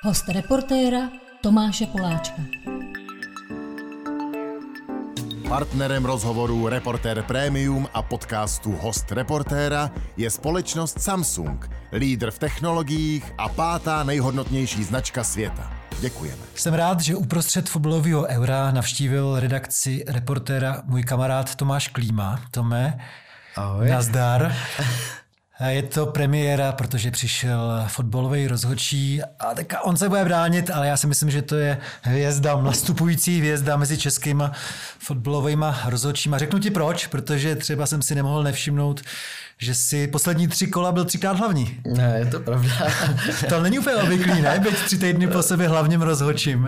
Host reportéra Tomáše Poláčka. Partnerem rozhovoru Reportér Premium a podcastu Host reportéra je společnost Samsung, lídr v technologiích a 5. nejhodnotnější značka světa. Děkujeme. Jsem rád, že uprostřed fotbalového Eura navštívil redakci Reportéra můj kamarád Tomáš Klíma. Tome, ahoj. Nazdar. Je to premiéra, protože přišel fotbalový rozhodčí a tak on se bude bránit, ale já si myslím, že to je hvězda, nastupující hvězda mezi českýma fotbalovýma rozhodčíma. Řeknu ti proč, protože třeba jsem si nemohl nevšimnout, že si poslední 3 kola byl 3krát hlavní. Ne, je to pravda. To není úplně obvyklý, ne? Být 3 týdny po sobě hlavním rozhodčím.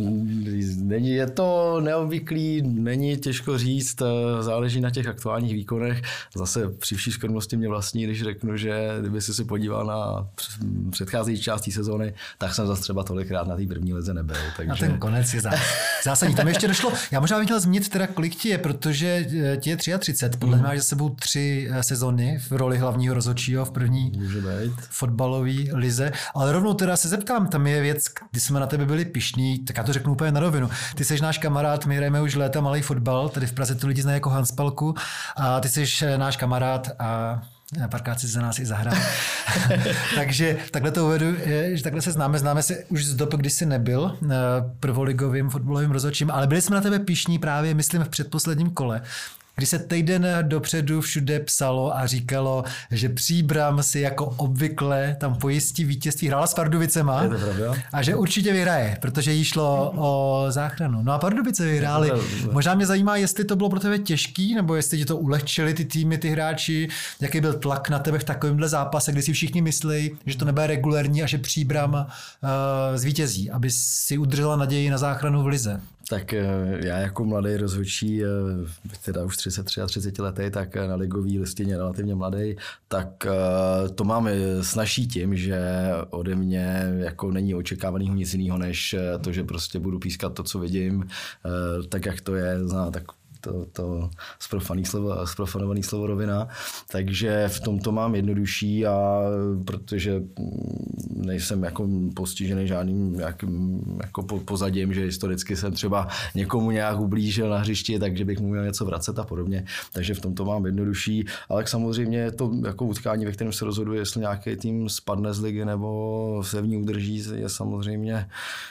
Je to neobvyklý, není těžko říct, záleží na těch aktuálních výkonech. Zase při vší skromnosti mě vlastní, když řeknu, že kdyby si podíval na předcházející část té sezóny, tak jsem zase třeba tolikrát na té první lize nebyl. Takže... A ten konec je zásadní. Tam ještě došlo, já možná bych měl zmínit teda, kolik ti je, protože ti je 33, podle mě máš za sebou 3 sezóny v roli hlavního rozhodčího v první fotbalové lize. Ale rovnou teda se zeptám, tam je věc, kdy jsme na tebe byli pyšní, tak já to řeknu úplně na rovinu. Ty jsi náš kamarád, my hrajeme už léta malý fotbal, tady v Praze to lidi znají jako Hanspalku a ty jsi náš kamarád a párkrát si za nás i zahrál. Takže takhle to uvedu, že takhle se známe se už z doby, kdy jsi nebyl prvoligovým fotbalovým rozhodčím, ale byli jsme na tebe pyšní právě, myslím, v předposledním kole, kdy se týden dopředu všude psalo a říkalo, že Příbram si jako obvykle tam pojistí vítězství, hrála s Pardubicema a že určitě vyhraje, protože jí šlo o záchranu. No a Pardubice vyhráli. Možná mě zajímá, jestli to bylo pro tebe těžký, nebo jestli ti to ulehčili ty týmy, ty hráči, jaký byl tlak na tebe v takovémhle zápase, kdy si všichni myslí, že to nebude regulérní a že Příbram zvítězí, aby si udržela naději na záchranu v lize. Tak já jako mladý rozhodčí, teda už 33 a 30 letý, tak na ligový listině relativně mladý, tak to mám snažší tím, že ode mě jako není očekávanýho nic jiného, než to, že prostě budu pískat to, co vidím, tak jak to je, tak to zprofanovaný slovo rovina. Takže v tom to mám jednodušší a protože nejsem jako postižený žádným nějakým jako pozadím, že historicky jsem třeba někomu nějak ublížil na hřišti, takže bych mu měl něco vracet a podobně. Takže v tom to mám jednodušší. Ale samozřejmě to jako utkání, ve kterém se rozhoduje, jestli nějaký tým spadne z ligy nebo se v ní udrží, je samozřejmě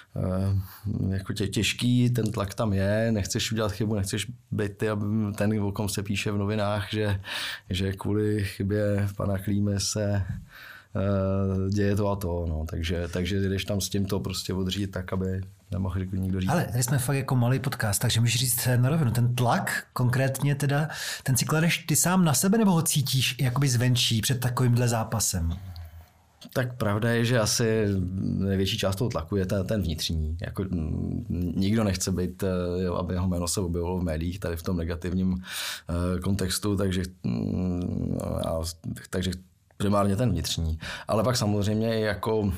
jako těžký, ten tlak tam je, nechceš udělat chybu, nechceš být ten, o kom se píše v novinách, že kvůli chybě pana Klímy se děje to a to, no. Takže jdeš tam s tím to prostě odřít tak, aby nemohl nikdo říct. Ale tady jsme fakt jako malý podcast, takže můžeš říct na rovinu, ten tlak konkrétně teda, ten si kladeš ty sám na sebe nebo ho cítíš jakoby zvenčí před takovýmhle zápasem? Tak pravda je, že asi největší část toho tlaku je ten vnitřní. Jako, nikdo nechce být, aby jeho jméno se objevilo v médiích, tady v tom negativním kontextu, takže primárně ten vnitřní. Ale pak samozřejmě jako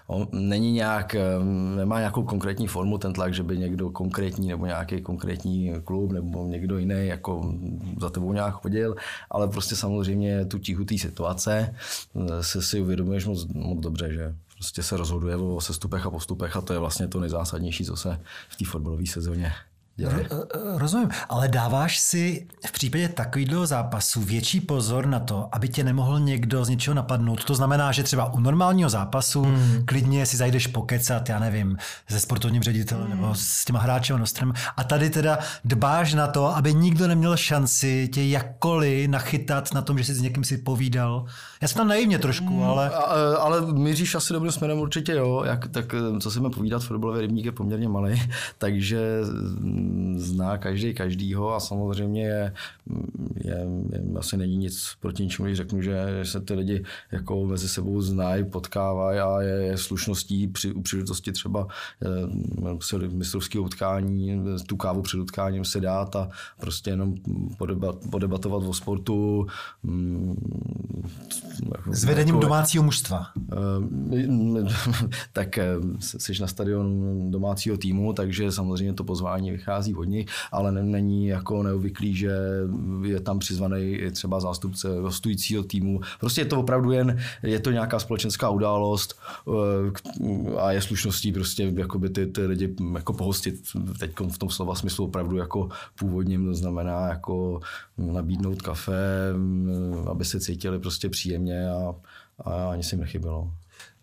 nemá nějakou konkrétní formu ten tlak, že by někdo konkrétní nebo nějaký konkrétní klub nebo někdo jiný jako za tebou nějak chodil, ale prostě samozřejmě tu tíhu té situace si uvědomuješ moc dobře, že prostě se rozhoduje o sestupech a postupech a to je vlastně to nejzásadnější, co se v té fotbalové sezóně. Rozumím, ale dáváš si v případě takového zápasu větší pozor na to, aby tě nemohl někdo z něčeho napadnout. To znamená, že třeba u normálního zápasu klidně si zajdeš pokecat, já nevím, se sportovním ředitelem nebo s těma hráčem nostrem a tady teda dbáš na to, aby nikdo neměl šanci tě jakkoliv nachytat na tom, že jsi s někým si povídal. Já jsem tam naivně trošku, ale... Ale míříš asi dobrým směrem určitě, jo. Tak co si mi povídat, fotbalový rybník je poměrně malý, takže zná každýho a samozřejmě asi není nic proti ničemu, když řeknu, že se ty lidi jako mezi sebou znají, potkávají a je slušností u příležitosti třeba mistrovského utkání, tu kávu před utkáním si dát a prostě jenom podebatovat o sportu. S vedením domácího mužstva. Tak jsi na stadionu domácího týmu, takže samozřejmě to pozvání přichází od nich, ale není jako neobvyklý, že je tam přizvaný třeba zástupce hostujícího týmu. Prostě je to opravdu je to nějaká společenská událost a je slušností prostě jakoby ty lidi jako pohostit teď v tom slova smyslu opravdu jako původním, to znamená jako nabídnout kafe, aby se cítili prostě příjemně a ani se jim nechybilo.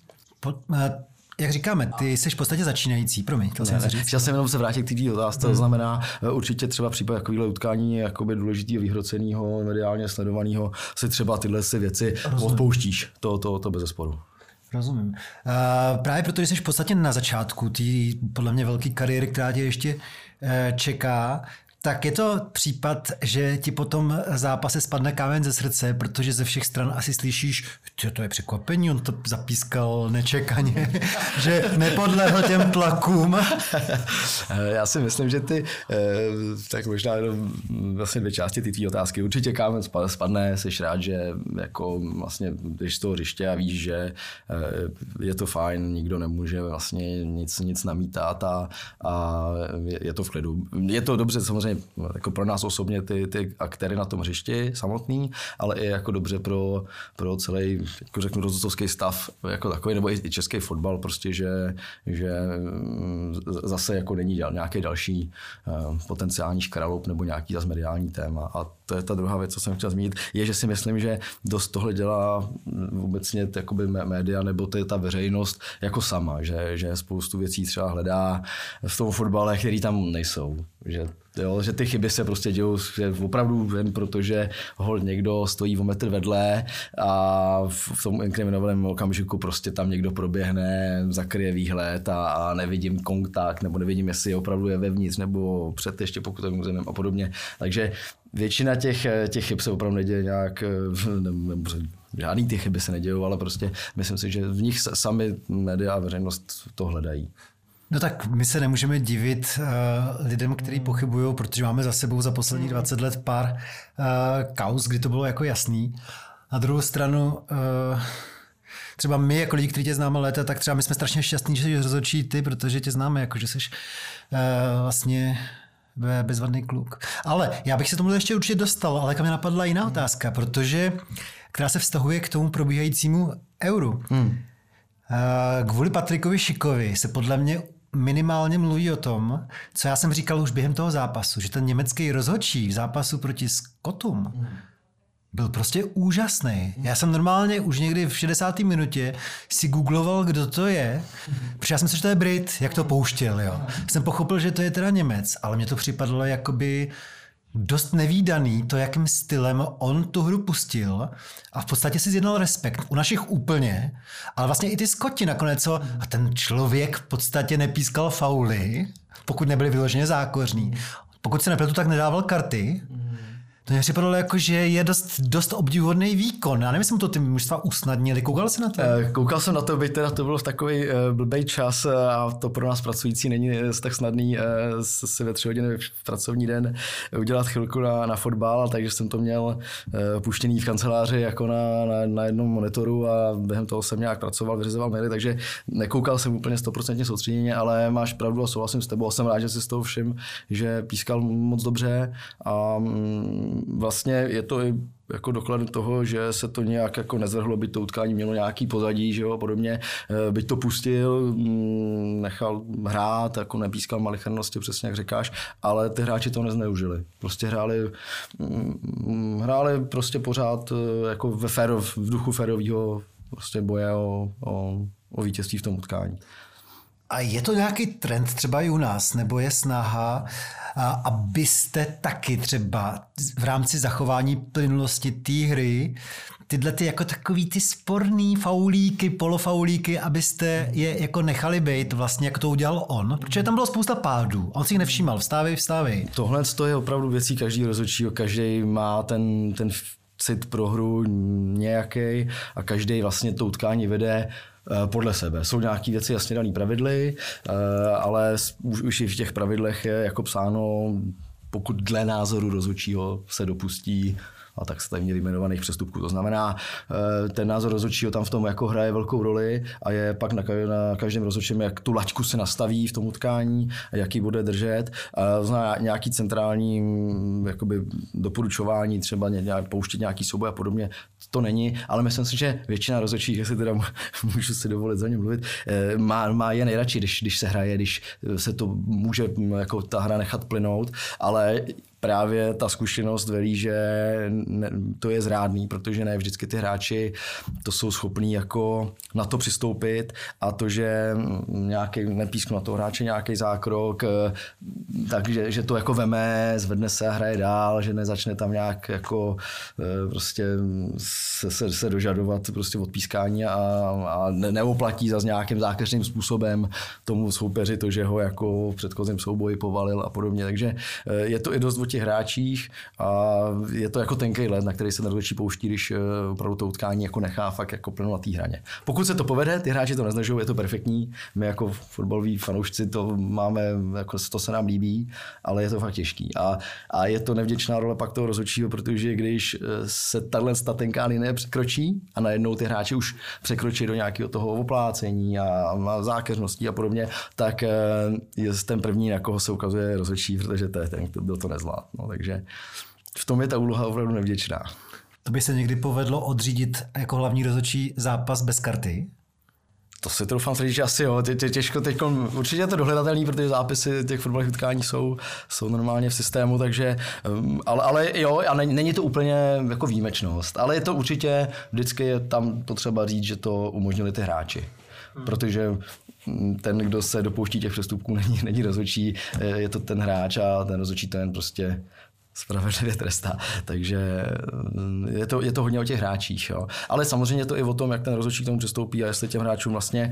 Jak říkáme, ty jsi v podstatě začínající, promiň, chtěl jsem říct. Chtěl jsem jenom se vrátit k té otázce, to znamená určitě třeba případ takovýhle utkání jakoby důležitýho, vyhrocenýho, mediálně sledovanýho, si třeba tyhle věci odpouštíš, to bez zesporu. Rozumím. Právě protože jsi v podstatě na začátku té podle mě velké kariéry, která tě ještě čeká, tak je to případ, že ti po tom zápase spadne kámen ze srdce, protože ze všech stran asi slyšíš, že to je překvapení, on to zapískal nečekaně, že nepodlehl těm tlakům. Já si myslím, že tak možná jenom vlastně 2 části ty otázky. Určitě kámen spadne, jsi rád, že jako vlastně jdeš z toho hřiště a víš, že je to fajn, nikdo nemůže vlastně nic namítat a je to v klidu. Je to dobře samozřejmě jako pro nás osobně ty aktéry na tom hřišti samotný, ale i jako dobře pro celý, jako řeknu, rozhodcovský stav jako takový, nebo i český fotbal, prostě, že zase jako není nějaký další potenciální škraloup nebo nějaký zas mediální téma. A to je ta druhá věc, co jsem chtěl zmínit, je, že si myslím, že dost tohle dělá obecně média nebo ta veřejnost jako sama, že spoustu věcí třeba hledá v tom fotbale, který tam nejsou. Že ty chyby se prostě dějou opravdu jen protože někdo stojí o metr vedle a v tom inkriminovaném okamžiku prostě tam někdo proběhne, zakryje výhled a nevidím kontakt, nebo nevidím, jestli opravdu je vevnitř nebo před ještě pokutovým územím a podobně. Takže většina těch chyb se opravdu neděje nějak, žádný ty chyby se nedějou, ale prostě myslím si, že v nich sami média a veřejnost to hledají. No tak my se nemůžeme divit lidem, kteří pochybují, protože máme za sebou za poslední 20 let pár kauz, kdy to bylo jako jasný. Na druhou stranu třeba my jako lidi, kteří tě známe léta, tak třeba my jsme strašně šťastní, že jsi rozhodčí ty, protože tě známe, jako že jsi vlastně bezvadný kluk. Ale já bych se tomu ještě určitě dostal, ale mě napadla jiná otázka, která se vztahuje k tomu probíhajícímu euru. Kvůli Patrikovi Šikovi se podle mě minimálně mluví o tom, co já jsem říkal už během toho zápasu, že ten německý rozhodčí v zápasu proti Skotům byl prostě úžasný. Já jsem normálně už někdy v 60. minutě si googloval, kdo to je, protože já jsem si, že to je Brit, jak to pouštěl. Jo. Jsem pochopil, že to je teda Němec, ale mně to připadlo jakoby dost nevídaný to, jakým stylem on tu hru pustil a v podstatě si zjednal respekt. U našich úplně, ale vlastně i ty Skoti nakonec. A ten člověk v podstatě nepískal fauly, pokud nebyly vyloženě zákořní. Pokud se nepletu, tak nedával karty. To mě připadalo jako, že je dost obdivuhodný výkon. Já nevím, jestli mu to ty mužstva usnadnili. Koukal jsi na to? Koukal jsem na to, byť teda to bylo v takový blbej čas a to pro nás pracující není tak snadný si ve 3 hodiny v pracovní den udělat chvilku na fotbal, takže jsem to měl puštěný v kanceláři jako na jednom monitoru a během toho jsem nějak pracoval, vyřizoval maily, takže nekoukal jsem úplně 100% soustředěně, ale máš pravdu a souhlasím s tebou a jsem rád, že si z toho všim, že pískal moc dobře a vlastně je to i jako doklad toho, že se to nějak jako nezvrhlo, byť to utkání mělo nějaký pozadí, že jo, a podobně. Byť to pustil, nechal hrát, jako nepískal malichernosti, přesně jak říkáš, ale ty hráči to nezneužili. Prostě hráli prostě pořád jako v duchu férového prostě boje o vítězství v tom utkání. A je to nějaký trend třeba i u nás, nebo je snaha, abyste taky třeba v rámci zachování plynulosti té hry tyhle jako takový ty sporný faulíky, polofaulíky, abyste je jako nechali být vlastně, jak to udělal on, protože tam bylo spousta pádů. On si jich nevšímal, vstávej. Tohle je opravdu věcí každého rozhodčího, každý má ten cit pro hru nějaký a každý vlastně to utkání vede podle sebe. Jsou nějaké věci jasně dané pravidly, ale už i v těch pravidlech je jako psáno, pokud dle názoru rozhodčího se dopustí a tak se tady měli jmenovaných přestupků. To znamená, ten názor rozhodčího tam v tom jako hraje velkou roli a je pak na každém rozhodčím, jak tu laťku se nastaví v tom utkání, jak ji bude držet. To znamená nějaký centrální jakoby doporučování, třeba pouštět nějaký souboj a podobně, to není, ale myslím si, že většina rozhodčích, jestli teda můžu si dovolit za ně mluvit, má je nejradši, když se hraje, když se to může jako ta hra nechat plynout, ale právě ta zkušenost velí, že to je zrádný, protože ne vždycky ty hráči to jsou schopní jako na to přistoupit a to, že nepísknu na toho hráče nějaký zákrok, takže že to jako veme, zvedne se a hraje dál, že nezačne tam nějak jako prostě se dožadovat prostě od pískání a neoplatí za nějakým zákeřným způsobem tomu soupeři to, že ho jako v předchozím souboji povalil a podobně. Takže je to i dost o těch hráčích a je to jako tenkej led, na který se rozhodčí pouští, když opravdu to utkání jako nechá fakt jako plynout na té hraně. Pokud se to povede, ty hráči to nezdržují, je to perfektní. My jako fotbaloví fanoušci to máme, jako to se nám líbí, ale je to fakt těžký. A je to nevděčná role pak toho rozhodčího, protože když se tahle tenká linie překročí a najednou ty hráči už překročí do nějakého toho oplácení a zákeřností a podobně, tak je ten první, na koho se ukazuje rozhodčí, protože to je ten, kdo to nezvládl. No, takže v tom je ta úloha opravdu nevděčná. To by se někdy povedlo odřídit jako hlavní rozhodčí zápas bez karty? To si troufám říct, že asi jo. Těžko teď, určitě je to dohledatelný, protože zápisy těch fotbalových utkání jsou normálně v systému, takže, ale jo, a není to úplně jako výjimečnost, ale je to určitě, vždycky je tam potřeba říct, že to umožnili ty hráči. Protože ten, kdo se dopouští těch přestupků, není rozhodčí, je to ten hráč a ten rozhodčí to jen prostě spravedlivě trestá. Takže je to hodně o těch hráčích. Jo. Ale samozřejmě je to i o tom, jak ten rozhodčí k tomu přistoupí a jestli těm hráčům vlastně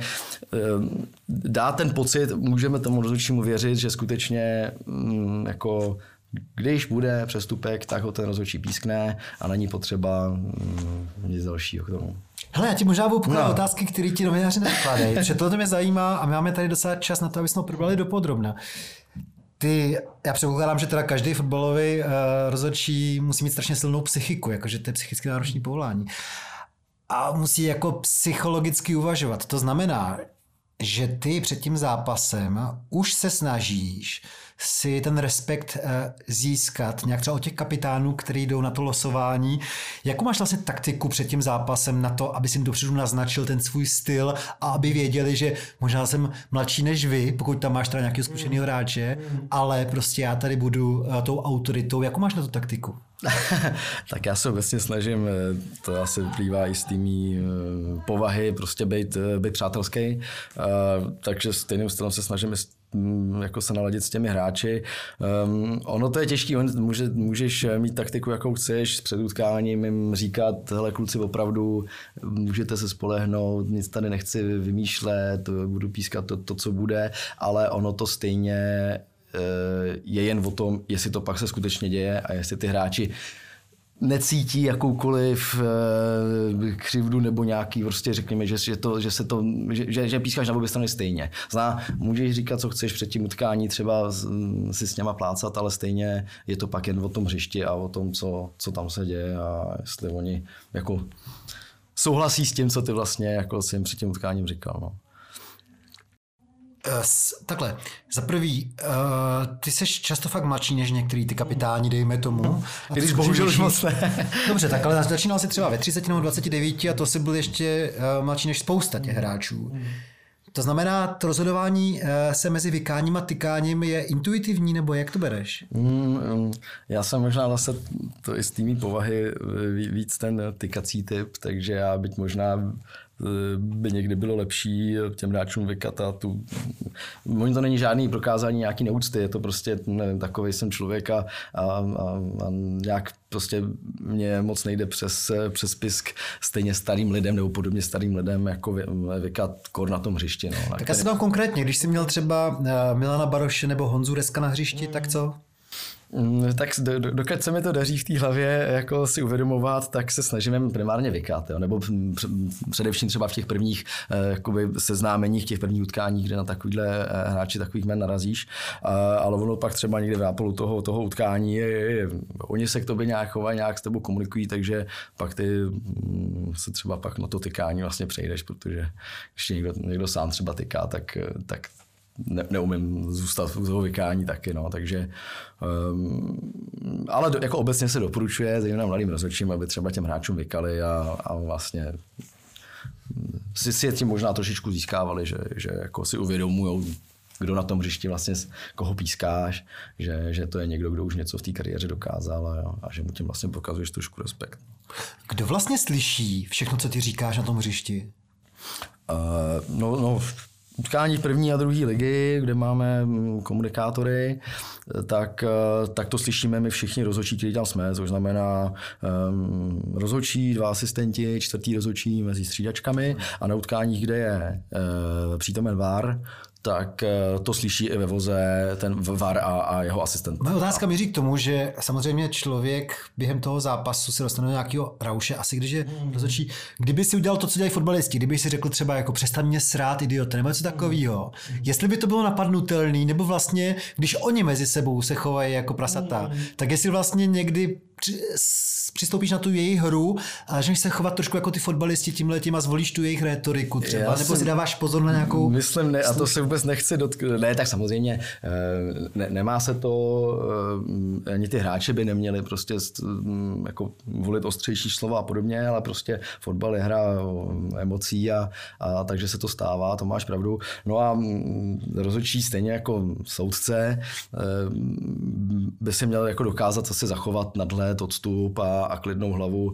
dá ten pocit, můžeme tomu rozhodčímu věřit, že skutečně jako když bude přestupek, tak ho ten rozhodčí pískne a není potřeba nic dalšího k tomu. Hele, já ti možná budu pokládat otázky, které ti novináři nepokládají, protože tohle mě zajímá a my máme tady docela čas na to, aby jsme ho probrali dopodrobna. Já předpokládám, že teda každý fotbalový rozhodčí musí mít strašně silnou psychiku, jakože to je psychicky náročné povolání. A musí jako psychologicky uvažovat. To znamená, že ty před tím zápasem už se snažíš si ten respekt získat nějak třeba od těch kapitánů, kteří jdou na to losování. Jakou máš vlastně taktiku před tím zápasem na to, aby si jim dopředu naznačil ten svůj styl a aby věděli, že možná jsem mladší než vy, pokud tam máš teda nějakého zkušeného hráče, ale prostě já tady budu tou autoritou. Jakou máš na tu taktiku? Tak já se obecně snažím, to asi vyplývá i z tými povahy, prostě být přátelský, takže stejným stylem se snažím jako se naladit s těmi hráči. Ono to je těžký, můžeš mít taktiku, jakou chceš, s předutkáním jim říkat, hele kluci, opravdu můžete se spolehnout, nic tady nechci vymýšlet, budu pískat to, co bude, ale ono to stejně je jen o tom, jestli to pak se skutečně děje a jestli ty hráči necítí jakoukoliv křivdu nebo nějaký, prostě řekněme, že pískáš na obě strany stejně. Můžeš říkat, co chceš před tím utkání, třeba si s něma plácat, ale stejně je to pak jen o tom hřišti a o tom, co tam se děje a jestli oni jako souhlasí s tím, co ty vlastně jako si jim před tím utkáním říkal. No. Takhle, za prvý, ty jsi často fakt mladší než některý ty kapitáni, dejme tomu. Když bohužel už moc ne. Dobře, tak ale začínal jsi třeba ve 30 nebo 29 a to si byl ještě mladší než spousta těch hráčů. To znamená, to rozhodování se mezi vykáním a tykáním je intuitivní, nebo jak to bereš? Já jsem možná zase to i z tými povahy víc ten tykací typ, takže já byť možná by někdy bylo lepší těm hráčům vykat a oni to není žádný prokázání nějaký neúcty, je to prostě, nevím, takovej jsem člověk a nějak prostě mě moc nejde přes pisk stejně starým lidem nebo podobně starým lidem jako vykat kor na tom hřišti. No. Tak já se dám konkrétně, když jsi měl třeba Milana Baroše nebo Honzu Reska na hřišti, tak co? Tak dokud se mi to daří v té hlavě jako si uvědomovat, tak se snažíme primárně vykat, jo? Nebo především třeba v těch prvních jakoby seznámeních, v těch prvních utkáních, kde na takovýhle hráči takových men narazíš, ale ono pak třeba někde v nápolu toho utkání oni se k tobě nějak chovají, nějak s tebou komunikují, takže pak ty se třeba pak na to tykání vlastně přejdeš, protože když někdo sám třeba tyká, tak neumím zůstat u toho vykání taky, no, takže ale jako obecně se doporučuje, zejména mladým rozhodčím, aby třeba těm hráčům vykali a vlastně si je tím možná trošičku získávali, že jako si uvědomujou, kdo na tom hřišti vlastně, koho pískáš, že to je někdo, kdo už něco v té kariéře dokázal a že mu tím vlastně pokazuješ trošku respekt. Kdo vlastně slyší všechno, co ty říkáš na tom hřišti? Utkání první a druhé ligy, kde máme komunikátory, tak to slyšíme my všichni rozhodčí, kteří tam jsme, což znamená rozhodčí, 2 asistenti, 4. rozhodčí mezi střídačkami a na utkáních, kde je přítomen VAR, tak to slyší i ve voze ten VAR a jeho asistent. Moje otázka míří k tomu, že samozřejmě člověk během toho zápasu se dostane do nějakého rauše, asi když je rozhodčí. Kdyby si udělal to, co dělají fotbalisti, kdyby si řekl třeba jako přestaň mě srát, idiote, nebo něco takového, jestli by to bylo napadnutelný, nebo vlastně, když oni mezi sebou se chovají jako prasata, tak jestli vlastně někdy přistoupíš na tu jejich hru a začneš se chovat trošku jako ty fotbalisti tímhletím a zvolíš tu jejich rétoriku třeba, nebo si dáváš pozor na nějakou... Myslím, ne, a to se vůbec nechci dotknout. Ne, tak samozřejmě nemá se to, ani ty hráči by neměli prostě jako volit ostřejší slova a podobně, ale prostě fotbal je hra emocí a takže se to stává, to máš pravdu. No a rozhodčí stejně jako soudce by si měl jako dokázat zase zachovat nadhled, odstup a klidnou hlavu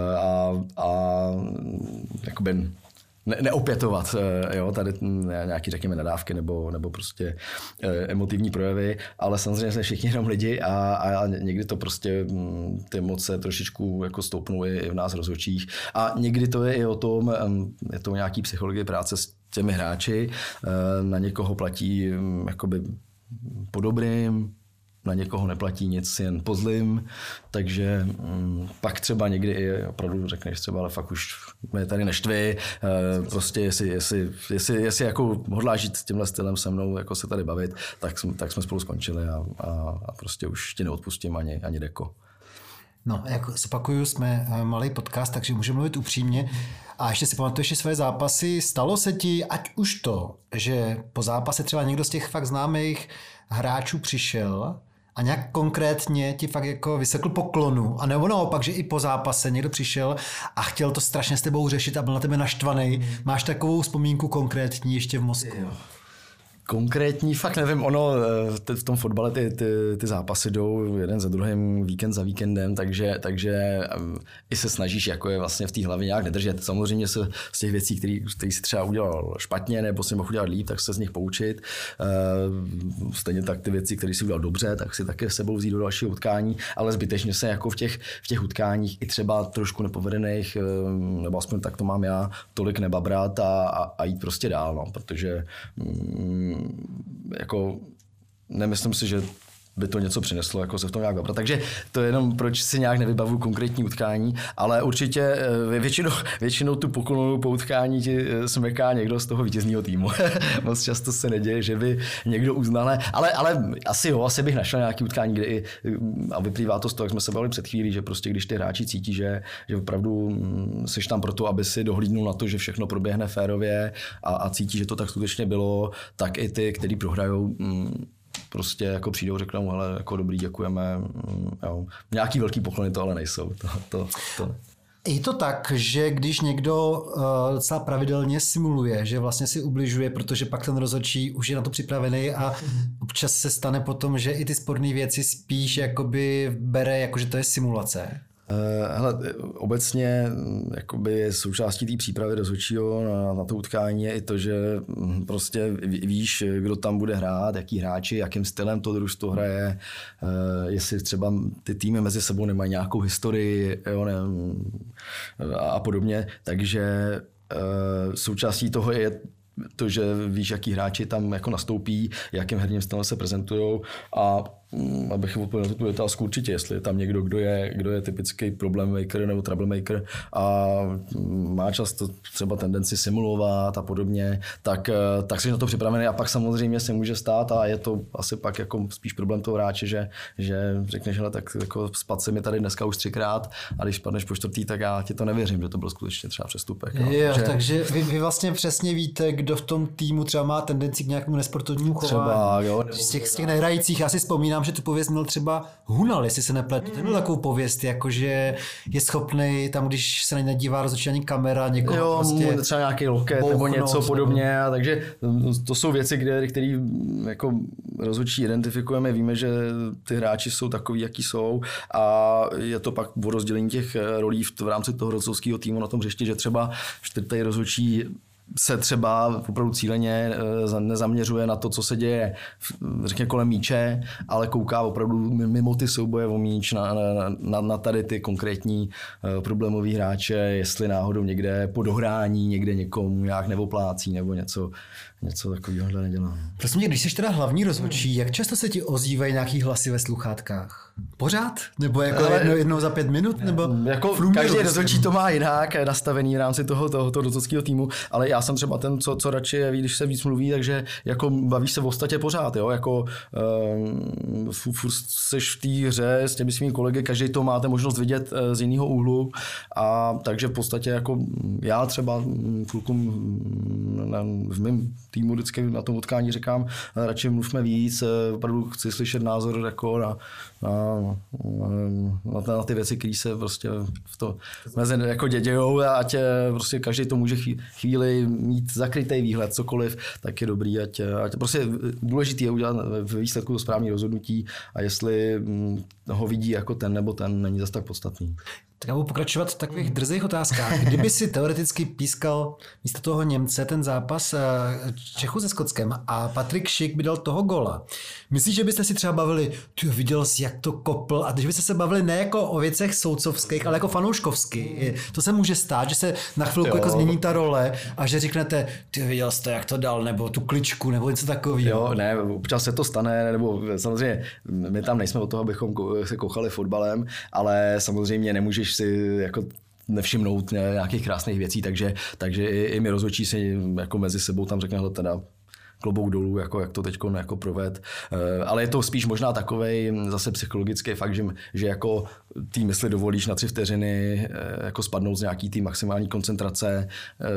a jakoby neopětovat tady nějaký, řekněme, nadávky nebo prostě emotivní projevy, ale samozřejmě jsme všichni jenom lidi a někdy to prostě ty emoce trošičku jako stoupnou i v nás rozhodčích a někdy to je i o tom, je to nějaký psychologie práce s těmi hráči, na někoho platí jakoby po dobrým, na někoho neplatí nic jen po zlým, takže pak třeba někdy i opravdu řekneš třeba, ale fakt už mě tady neštví, prostě jestli jako hodláš žít s tímhle stylem se mnou, jako se tady bavit, tak jsme spolu skončili a prostě už ti neodpustím ani deko. No, jako zopakuju, jsme malý podcast, takže můžeme mluvit upřímně. A ještě si pamatuješ své zápasy. Stalo se ti, ať už to, že po zápase třeba někdo z těch fakt známých hráčů přišel a nějak konkrétně ti fakt jako vysekl poklonu, a nebo naopak, že i po zápase někdo přišel a chtěl to strašně s tebou řešit a byl na tebe naštvaný. Máš takovou vzpomínku konkrétní ještě v mozku? Konkrétní, fakt nevím, ono v tom fotbale ty zápasy jdou jeden za druhým, víkend za víkendem, takže i se snažíš jako je vlastně v té hlavě nějak nedržet. Samozřejmě se z těch věcí, které si třeba udělal špatně nebo si mohl udělat líp, tak se z nich poučit. Stejně tak ty věci, které si udělal dobře, tak si také s sebou vzít do dalšího utkání, ale zbytečně se jako v těch utkáních i třeba trošku nepovedených, nebo aspoň tak to mám já, tolik nebabrat a jít prostě dál, no, protože jako nemyslím si, že by to něco přineslo, jako se v tom nějak babrat. Takže to je jenom, proč si nějak nevybavuju konkrétní utkání, ale určitě většinou tu poklonu po utkání ti smyká někdo z toho vítězného týmu. Moc často se neděje, že by někdo uznal, ale asi bych našel nějaký utkání, kde a vyplývá to z toho, jak jsme se bavili před chvílí, že prostě když ty hráči cítí, že opravdu seš tam proto, aby si dohlídnul na to, že všechno proběhne férově a cítí, že to tak skutečně bylo, tak i ty, kteří prohrajou, prostě jako přijdou, řeknou, ale jako dobrý, děkujeme. Jo. Nějaký velký poklony to ale nejsou. To. Je to tak, že když někdo docela pravidelně simuluje, že vlastně si ubližuje, protože pak ten rozhodčí už je na to připravený a občas se stane potom, že i ty sporné věci spíš jakoby bere, jako že to je simulace? Hele, obecně jakoby součástí té přípravy rozhodčího na to utkání je i to, že prostě víš, kdo tam bude hrát, jaký hráči, jakým stylem to družstvo hraje, jestli třeba ty týmy mezi sebou nemají nějakou historii, jo, a podobně. Takže součástí toho je to, že víš, jaký hráči tam jako nastoupí, jakým herním stylem se prezentujou a abych odpověděl tu otázku určitě, jestli je tam někdo, kdo je typický problemaker nebo troublemaker a má často třeba tendenci simulovat a podobně, tak jsi na to připravený a pak samozřejmě se může stát a je to asi pak jako spíš problém toho hráče, že řekneš, hele, tak jako spad se mi tady dneska už 3krát a když spadneš po 4., tak já ti to nevěřím, že to byl skutečně třeba přestupek. Jo, takže vy vlastně přesně víte, kdo v tom týmu třeba má tendenci k nějakému nesportovnímu chování. Třeba, jo. Z těch nehrajících, já si vzpomínám, že tu pověst měl třeba Hunal, jestli se nepletu. Ten měl takovou pověst, jakože je schopný tam, když se nedívá rozhodčí ani kamera, někoho jo, prostě třeba nějaký loket nebo něco podobně. A takže to jsou věci, které jako rozhodčí identifikujeme, víme, že ty hráči jsou takový, jaký jsou a je to pak o rozdělení těch rolí v rámci toho rozhodčího týmu na tom hřišti, že třeba čtvrtý rozhodčí se třeba opravdu cíleně nezaměřuje na to, co se děje řekně kolem míče, ale kouká opravdu mimo ty souboje o míč na tady ty konkrétní problémový hráče, jestli náhodou někde po dohrání někde někomu nějak nevoplácí nebo něco takového nedělá. Prosím mě, když jsi teda hlavní rozhodčí, jak často se ti ozývají nějaký hlasy ve sluchátkách? Pořád? Nebo jako jednou za 5 minut? Nebo jako každý rozhodčí to má jinak nastavený v rámci toho rozhodčího týmu, ale já jsem třeba ten, co radši ví, když se víc mluví, takže jako bavíš se v ostatě pořád, jo? Jako furt seš v té hře s těmi svými kolegy, každý to máte možnost vidět z jiného úhlu a takže v podstatě jako já třeba klukům v mém týmu vždycky na tom utkání říkám, radši mluvme víc, opravdu chci slyšet názor jako na ty věci, které se prostě mezi jako dějou a ať prostě každý to může chvíli mít zakrytý výhled, cokoliv, tak je dobrý, ať prostě důležitý je udělat ve výsledku to správné rozhodnutí a jestli ho vidí jako ten nebo ten, není zase tak podstatný. Tak já budu pokračovat v takových drzých otázkách. Kdyby si teoreticky pískal místo toho Němce ten zápas Čechu se Skotskem a Patrik Schick by dal toho gola, myslíš, že byste si třeba bavili, viděl jsi, jak to kopl, a když byste se bavili ne jako o věcech soudcovských, ale jako fanouškovsky. To se může stát, že se na chvilku jako změní ta role a že řeknete, ty viděl jsi to, jak to dal, nebo tu kličku, nebo něco takového. Jo, ne, občas se to stane, nebo samozřejmě my tam nejsme od toho, abychom se kochali fotbalem, ale samozřejmě nemůžeš si jako nevšimnout nějakých krásných věcí, takže i my rozhodčí si jako mezi sebou tam řekne, teda klobouk dolů, jako jak to teď jako proved. Ale je to spíš možná takovej zase psychologický fakt, že jako tý mysli dovolíš na 3 vteřiny jako spadnout z nějaký tý maximální koncentrace,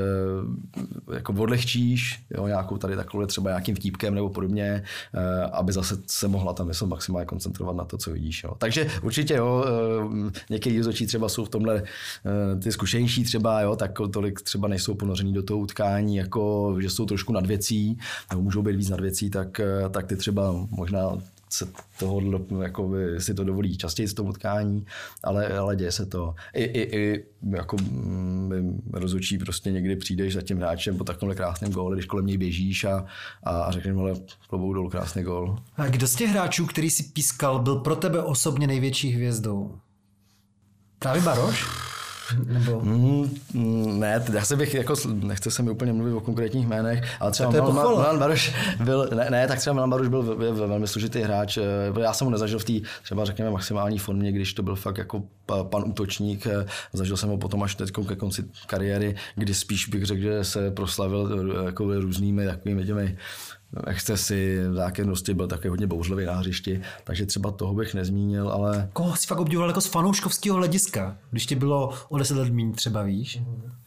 jako odlehčíš, jo, nějakou tady takhle třeba nějakým vtípkem nebo podobně, aby zase se mohla ta mysl maximálně koncentrovat na to, co vidíš. Jo. Takže určitě jo, některý rozhodčí třeba jsou v tomhle ty zkušenější třeba, jo, tak tolik třeba nejsou ponořený do toho utkání, jako že jsou trošku nad věcí, nebo můžou být víc nad věcí, tak ty třeba možná se toho, jako si to dovolí častěji z toho utkání, ale děje se to. I jako rozhodčí prostě někdy přijdeš za tím hráčem po takovémhle krásném góle, když kolem něj běžíš a řekneš mu, ale klobouk dolů, krásný gól. A kdo z těch hráčů, který si pískal, byl pro tebe osobně největší hvězdou? Právě Baroš? Nebo... Ne, já se bych, jako, nechce se mi úplně mluvit o konkrétních jménech, ale třeba Milan Baroš byl, tak třeba Milan Baroš byl velmi složitý hráč. Já jsem ho nezažil v té třeba řekněme maximální formě, když to byl fakt jako pan útočník. Zažil jsem ho potom až teď ke konci kariéry, kdy spíš bych řekl, že se proslavil jako různými takovými těmi excesy, zákernosti, byl taky hodně bouřlivý na hřišti, takže třeba toho bych nezmínil, ale... Koho jsi fakt obdivoval jako z fanouškovského hlediska, když ti bylo o 10 let míň třeba, víš?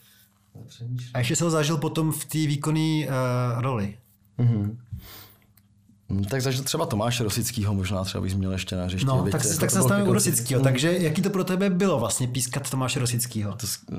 A ještě se ho zažil potom v té výkonné roli. Tak zažil třeba Tomáše Rosickýho, možná třeba bych zmínil ještě na hřišti. No, tak se stavíme u Rosickýho, takže jaký to pro tebe bylo vlastně pískat Tomáše Rosickýho?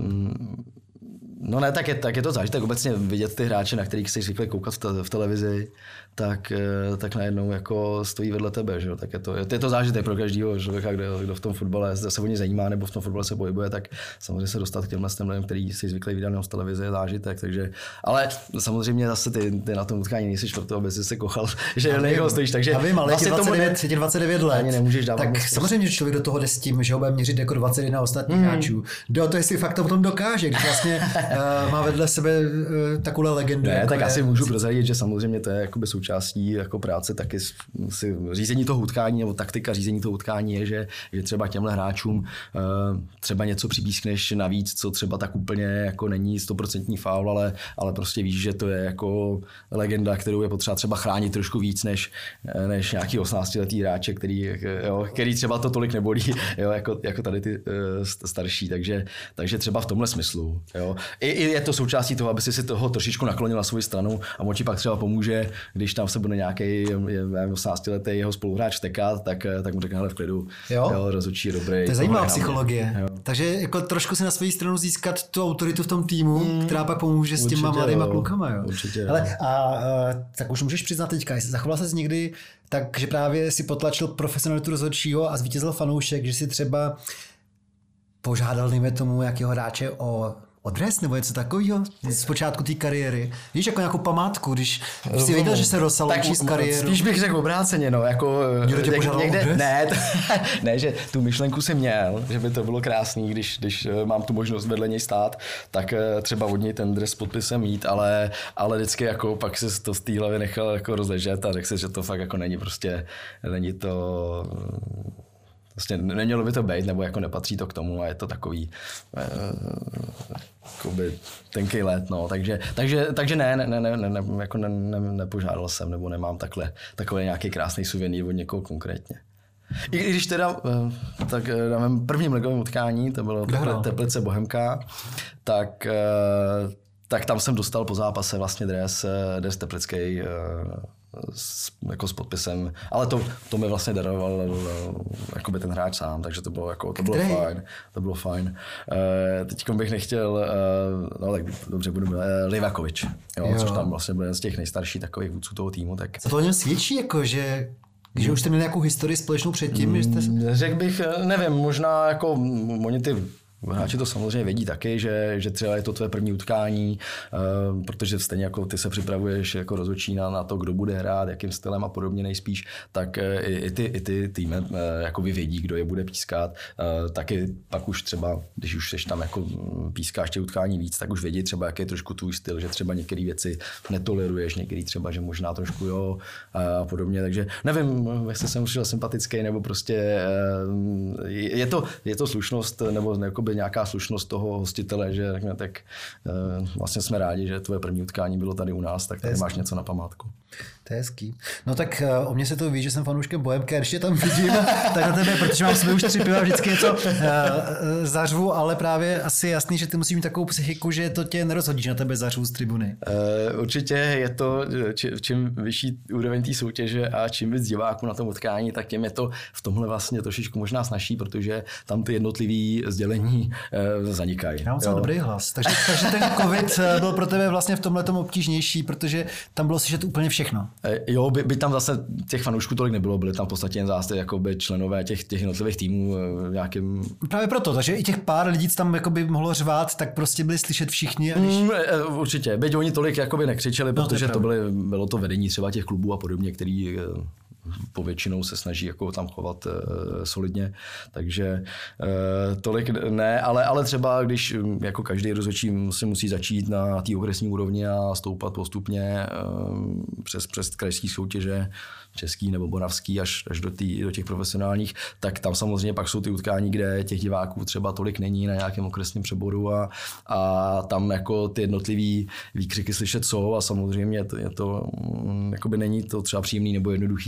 No ne, tak je to zážitek obecně vidět ty hráče, na kterých jsi zvyklý koukat v televizi, tak najednou jako stojí vedle tebe, že jo? Tak je to zážitek pro každého člověka, kdo v tom fotbale se o ně zajímá nebo v tom fotbale se pohybuje, tak samozřejmě se dostat k těmhle lidem, který jsi zvyklý vidět v televizi, je zážitek, takže, ale samozřejmě zase ty na tom utkání nejsi proto, aby jsi se kochal, že nejho stojíš, takže já vím, ale vlastně je 29 let, ani nemůžeš dávat. Tak samozřejmě, že člověk do toho jde s tím, že ho bude měřit jako 21 ostatních hráčů. Do to, jestli fakt to potom dokáže, když vlastně má vedle sebe takovou legendu. Ne, jako tak asi můžu prozradit, že samozřejmě to je jakoby součástí jako práce taky si řízení toho utkání nebo taktika řízení toho utkání je, že třeba těmhle hráčům třeba něco připískneš navíc, co třeba tak úplně jako není 100% faul, ale prostě víš, že to je jako legenda, kterou je potřeba třeba chránit trošku víc než nějaký 18letý hráče, který třeba to tolik nebolí, jo, jako tady ty starší, takže třeba v tomhle smyslu. Jo. I je to součástí toho, aby si toho trošičku naklonil na svou stranu a on ti pak třeba pomůže, když tam se bude nějaký 18letý jeho spoluhráč vtekat, tak mu řekne, hele, v klidu, jo, rozhodčí dobrý. To je zajímavá psychologie. Jo. Takže jako trošku si na svou stranu získat tu autoritu v tom týmu, která pak pomůže s těma mladýma klukama. Jo. Určitě. Hele, tak už můžeš přiznat teďka, zachoval ses někdy tak, že právě si potlačil profesionalitu rozhodčího a zvítězil fanoušek, že si třeba požádal, dejme tomu, jakého hráče o dres nebo něco takového z počátku té kariéry. Víš, jako nějakou památku, když jsi věděl, že se rozsaloučí z kariéru. Spíš bych řekl obráceně, no, jako někde, ne, že tu myšlenku jsem měl, že by to bylo krásný, když mám tu možnost vedle něj stát, tak třeba od něj ten dres s podpisem mít, ale vždycky jako pak se to z té hlavy nechal jako rozležet a řekl si, že to fakt jako není to vlastně nemělo by to být, nebo jako nepatří to k tomu a je to takový tenkej let, no, takže ne, jako nepožádal jsem, nebo nemám takový nějaký krásný suvenýr od někoho konkrétně. I když teda, tak na mém prvním ligovém utkání, to bylo Teplice Bohemka, tak tam jsem dostal po zápase vlastně dres teplický, jako s podpisem, ale to mi vlastně daroval jakoby ten hráč sám, takže to bylo fajn. Teď bych nechtěl, no tak dobře budu Livakovič, což tam vlastně byl jeden z těch nejstarších takových vůdců toho týmu. Tak... Co to o něm svědčí, jako, že už jste měli nějakou historii společnou předtím? Řekl bych, nevím, možná jako oni ty hráči to samozřejmě vědí taky, že třeba je to tvé první utkání, protože stejně jako ty se připravuješ jako rozhodčí na to, kdo bude hrát, jakým stylem a podobně nejspíš, tak i ty týmy jako vědí, kdo je bude pískat. Taky pak už třeba, když už seš tam jako pískáš tě utkání víc, tak už vědí třeba, jaký je trošku tvůj styl, že třeba některé věci netoleruješ, některé třeba, že možná trošku jo a podobně. Takže nevím, jestli jsem přišel sympatický, nebo prostě je to slušnost, nebo nějaká slušnost toho hostitele, že řekne, tak vlastně jsme rádi, že tvoje první utkání bylo tady u nás, tak tady máš něco na památku. To je hezký. No tak o mě se to ví, že jsem fanouškem Bohemky, a když je tam vidím, tak na tebe, protože mám sobě už 3 piva, vždycky něco zařvu, ale právě asi jasný, že ty musíš mít takovou psychiku, že to tě nerozhodíš na tebe zařvu z tribuny. Určitě je to, čím vyšší úroveň té soutěže a čím víc diváků na tom utkání, tak tím je to v tomhle vlastně trošičku možná snazší, protože tam ty jednotlivý sdělení zanikají. Já mám celý dobrý hlas. Takže ten covid byl pro tebe vlastně v tomhletom obtížnější, protože tam bylo slyšet úplně všechno. Jo, by tam zase těch fanoušků tolik nebylo, byli tam v podstatě jen zase jakoby členové těch jednotlivých týmů nějakým... Právě proto, takže i těch pár lidí tam jakoby mohlo řvát, tak prostě byli slyšet všichni. A když... Určitě, byť oni tolik jakoby nekřičeli, protože bylo to vedení třeba těch klubů a podobně, který povětšinou se snaží jako tam chovat solidně, takže tolik ne, ale třeba když jako každý rozhodčí se musí začít na té okresní úrovni a stoupat postupně přes krajské soutěže, český nebo moravský až do těch profesionálních, tak tam samozřejmě pak jsou ty utkání, kde těch diváků třeba tolik není na nějakém okresním přeboru a tam jako ty jednotlivý výkřiky slyšet jsou a samozřejmě to jakoby není to třeba příjemný nebo jednoduchý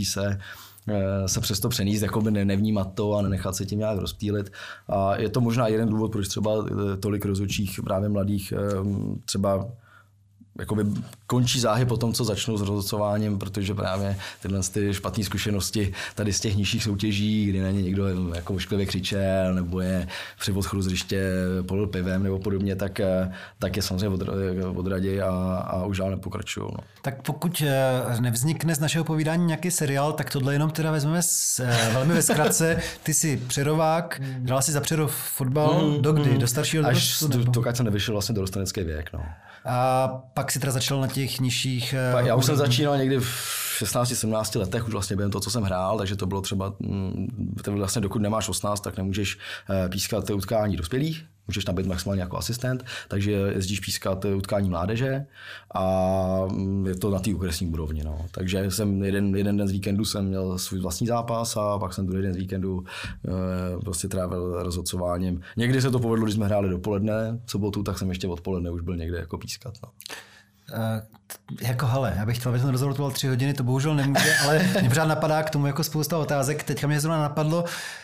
se přesto přenést, jakoby nevnímat to a nenechat se tím nějak rozptýlit. A je to možná jeden důvod, proč třeba tolik rozhodčích právě mladých třeba jakoby končí záhy po tom, co začnou s rozhodcováním, protože právě tyhle ty špatné zkušenosti tady z těch nižších soutěží, kdy na ně někdo jako ošklivě křičel nebo je při odchodu z hřiště polil pivem nebo podobně, tak je samozřejmě odraděj a už dál nepokračují. No. Tak pokud nevznikne z našeho povídání nějaký seriál, tak tohle jenom teda vezmeme velmi ve zkratce. Ty jsi Přerovák, hrál si za Přerov fotbal, dokdy? Do staršího dorostu? Dokud jsem nevyšel vlastně dorostenecký věk. No. A pak si teda začal na těch nižších... Já už jsem začínal někdy v v 16-17 letech už vlastně během toho, co jsem hrál, takže to bylo třeba, vlastně dokud nemáš 18, tak nemůžeš pískat utkání dospělých, můžeš tam být maximálně jako asistent, takže jezdíš pískat utkání mládeže a je to na té okresní úrovni. No. Takže jsem jeden den z víkendu jsem měl svůj vlastní zápas a pak jsem druhý den z víkendu prostě trávil rozhodcováním. Někdy se to povedlo, když jsme hráli dopoledne, sobotu, tak jsem ještě odpoledne už byl někde jako pískat. No. Jako hele, já bych chtěl, aby ten rozhovor trval 3 hodiny, to bohužel nemůže, ale mě pořád napadá k tomu jako spousta otázek. Teďka mě zrovna napadlo,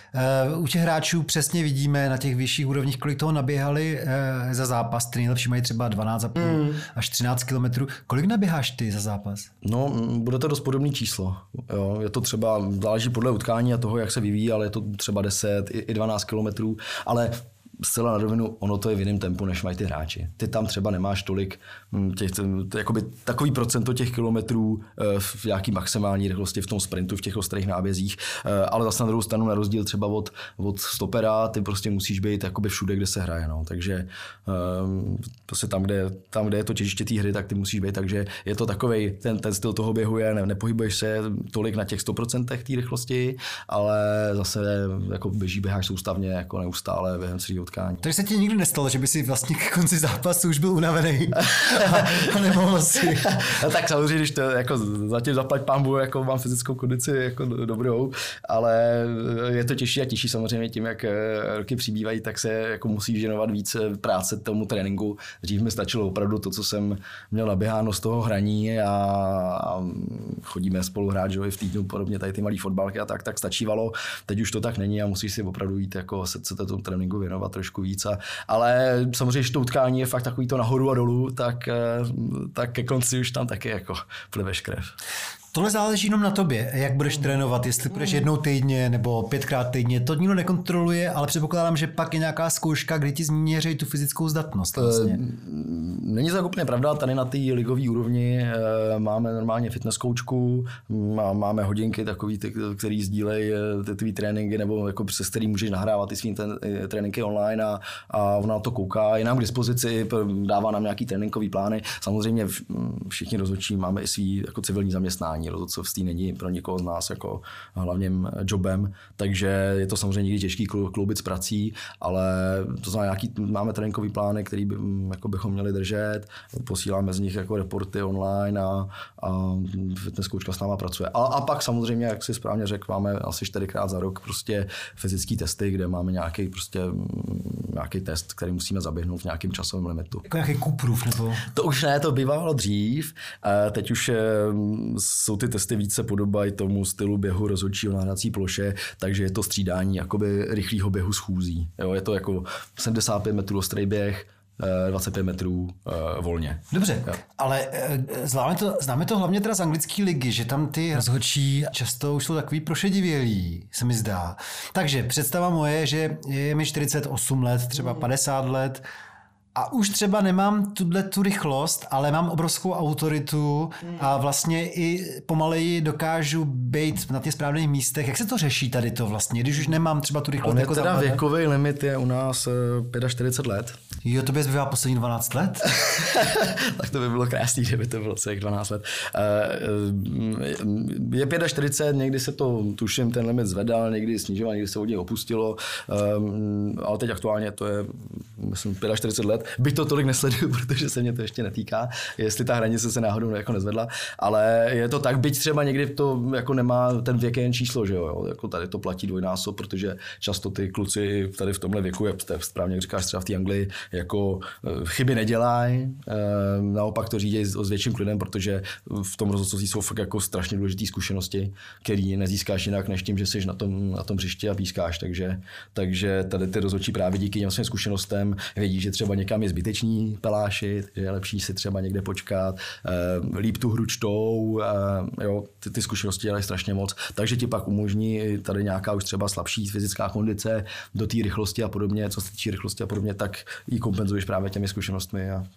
u těch hráčů přesně vidíme na těch vyšších úrovních, kolik toho naběhali za zápas. Ty nejlepší mají třeba 12,5 až 13 kilometrů. Kolik naběháš ty za zápas? No, bude to dost podobné číslo. Jo, je to třeba, záleží podle utkání a toho, jak se vyvíjí, ale je to třeba 10 i 12 kilometrů, ale zcela na rovinu, ono to je v jiném tempu, než mají ty hráči. Ty tam třeba nemáš tolik, jakoby takový procento těch kilometrů v nějaký maximální rychlosti v tom sprintu, v těch ostrých nábězích, ale zase na druhou stranu na rozdíl třeba od stopera, ty prostě musíš být jakoby všude, kde se hraje. No. Takže prostě tam, kde je to těžiště té hry, tak ty musíš být. Takže je to takovej, ten styl toho běhu je, nepohybuješ se tolik na těch 100% té rychlosti, ale zase jako běháš soustavně jako neustále během celého utkání. Takže se ti nikdy nestalo, že by si vlastně k konci zápasu už byl unavený a nemohl si. No tak samozřejmě, když to jako zatím zaplať pánbu, jako mám fyzickou kondici jako dobrou, ale je to těžší a těžší samozřejmě tím, jak roky přibývají, tak se jako musí věnovat víc práce tomu tréninku. Dřív mi stačilo opravdu to, co jsem měl naběháno z toho hraní a chodíme spolu hrát, že v týdnu podobně tady ty malý fotbalky a tak stačívalo. Teď už to tak není a musíš si opravdu jít jako se tomu tréninku věnovat trošku víc. Ale samozřejmě, že to utkání je fakt takový to nahoru a dolů, tak ke konci už tam taky jako pliveš krev. Tohle záleží jenom na tobě, jak budeš trénovat, jestli budeš jednou týdně nebo 5krát týdně, to nikdo nekontroluje, ale předpokládám, že pak je nějaká zkouška, kdy ti změří tu fyzickou zdatnost. Vlastně. Není to úplně pravda, tady na té ligové úrovni máme normálně fitness koučku, máme hodinky takový, který sdílejí ty tvý tréninky, nebo jako se kterým můžeš nahrávat ty svý tréninky online a ona na to kouká, je nám k dispozici, dává nám nějaký tréninkový plány. Samozřejmě všichni rozhodčí máme i svý jako civilní zaměstnání. Rozhodcovství není pro nikoho z nás jako hlavním jobem, takže je to samozřejmě někdy těžký kloubit s prací, ale to znamená, máme tréninkový plány, který bychom měli držet, posíláme z nich jako reporty online a fitness koučka s náma pracuje. A pak samozřejmě, jak si správně řekl, máme asi 4krát za rok prostě fyzické testy, kde máme nějaký test, který musíme zaběhnout v nějakém časovém limitu. Jako nějaký Cooperův nebo? To už ne, to bývalo dřív. Teď už jsou ty testy více podobají tomu stylu běhu rozhodčího na hrací ploše, takže je to střídání jakoby rychlého běhu schůzí. Jo, je to jako 75 metrů ostrý běh, 25 metrů volně. Dobře, jo. Ale známe to hlavně teda z anglické ligy, že tam ty rozhodčí často už jsou takový prošedivělí, se mi zdá. Takže představa moje, že je mi 48 let, třeba 50 let, a už třeba nemám tu rychlost, ale mám obrovskou autoritu a vlastně i pomaleji dokážu být na těch správných místech. Jak se to řeší tady to vlastně, když už nemám třeba tu rychlost? Jako teda věkový limit je u nás 45 let. Jo, tobě zbývá poslední 12 let? Tak to by bylo krásný, kdyby to bylo celých 12 let. Je 45, někdy se to, tuším, ten limit zvedal, někdy snižoval, někdy se od něj opustilo, ale teď aktuálně to je, myslím, 45 let. Byť to tolik nesleduju, protože se mě to ještě netýká, jestli ta hranice se náhodou jako nezvedla, ale je to tak, byť třeba někdy to jako nemá ten věk jen číslo, že jo, jako tady to platí dvojnásob, protože často ty kluci tady v tomhle věku, jak správně říkáš třeba v té Anglii, jako chyby nedělají, naopak to řídí s větším klidem, protože v tom rozhodcovství jsou fakt jako strašně důležité zkušenosti, které nezískáš jinak než tím, že jsi na tom hřišti a pískáš, takže tady ty rozhodčí právě díky těm svým zkušenostem vědí, že třeba někam je zbytečný pelášit, že je lepší si třeba někde počkat, líp tu hru čtou, jo, ty zkušenosti dělají strašně moc, takže ti pak umožní tady nějaká už třeba slabší fyzická kondice do té rychlosti a podobně, co se týče rychlosti a podobně, tak ji kompenzuješ právě těmi zkušenostmi.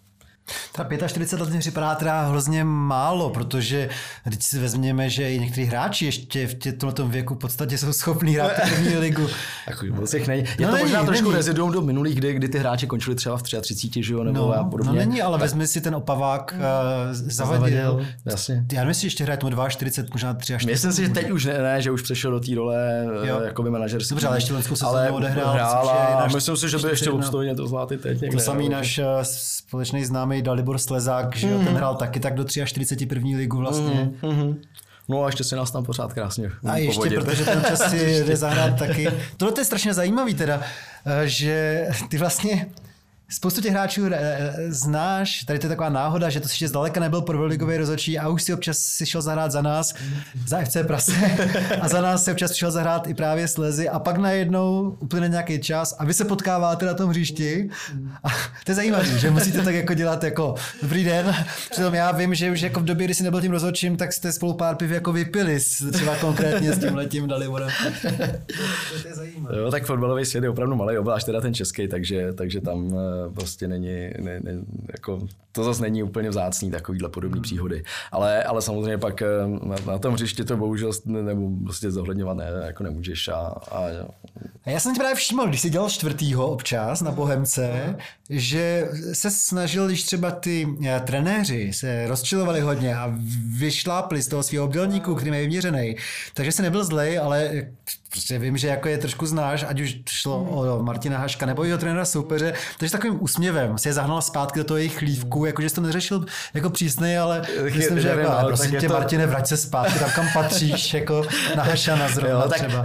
Ta 45 let mi připadá teda hrozně málo, protože když si vezměme, že i někteří hráči ještě v tomto věku v podstatě jsou schopní hrát první ligu. Je to možná trošku reziduum do minulých, kdy ty hráči končili třeba v 33, že jo, nebo a podobně. No není, ale vezmi si ten Opavák Zavadil. Jasně. Já myslím, že ještě hraje tomu 42, možná 43. Myslím si, že teď už ne, že už přešel do té role jakoby manažerský. Dobře, ale ještě loňskou sezónu odehrál. A myslím si, že by ještě obstojně to zvládli teď někde. To samý náš společný známý Dalibor Slezák, že ten hrál taky tak do 43. první ligu vlastně. No a ještě se nás tam pořád krásně a ještě, povodit. Protože ten čas si jde zahrát taky. Tohle je strašně zajímavý teda, že ty vlastně spoustu těch hráčů znáš, tady to je taková náhoda, že to si ještě zdaleka nebyl prvoligový rozhodčí a už si občas si šel zahrát za nás, za FC Prase a za nás si občas šel zahrát i právě Slezy a pak najednou uplyne nějaký čas a vy se potkáváte na tom hřišti a to je zajímavé, že musíte tak jako dělat jako dobrý den, přitom já vím, že už jako v době, kdy jsi nebyl tím rozhodčím, tak jste spolu pár piv jako vypili, třeba konkrétně s tímhletím Daliborem. To je zajímavé. Jo, tak fotbalový svět je opravdu malý, obzvlášť teda ten český, takže tam prostě není jako, to zase není úplně vzácný takovýhle podobný příhody. Ale samozřejmě pak na tom hřišti to bohužel prostě zohledňovat jako nemůžeš. A já jsem ti právě všiml, když jsi dělal čtvrtýho občas na Bohemce, že se snažil, když třeba ty trenéři se rozčilovali hodně a vyšlápli z toho svého obdělníku, který je vyměřený, takže se nebyl zlej, ale prostě vím, že jako je trošku znáš, ať už šlo o Martina Haška nebo jeho trenéra soupeře, takže takovým úsměvem se je zahnal zpátky do toho jejich chlívku, jakože jsi to neřešil jako přísnej, ale myslím, že jako, prosím tě, Martine, vrať se zpátky tam, kam patříš, jako na Hašana zrovna jo, tak, třeba.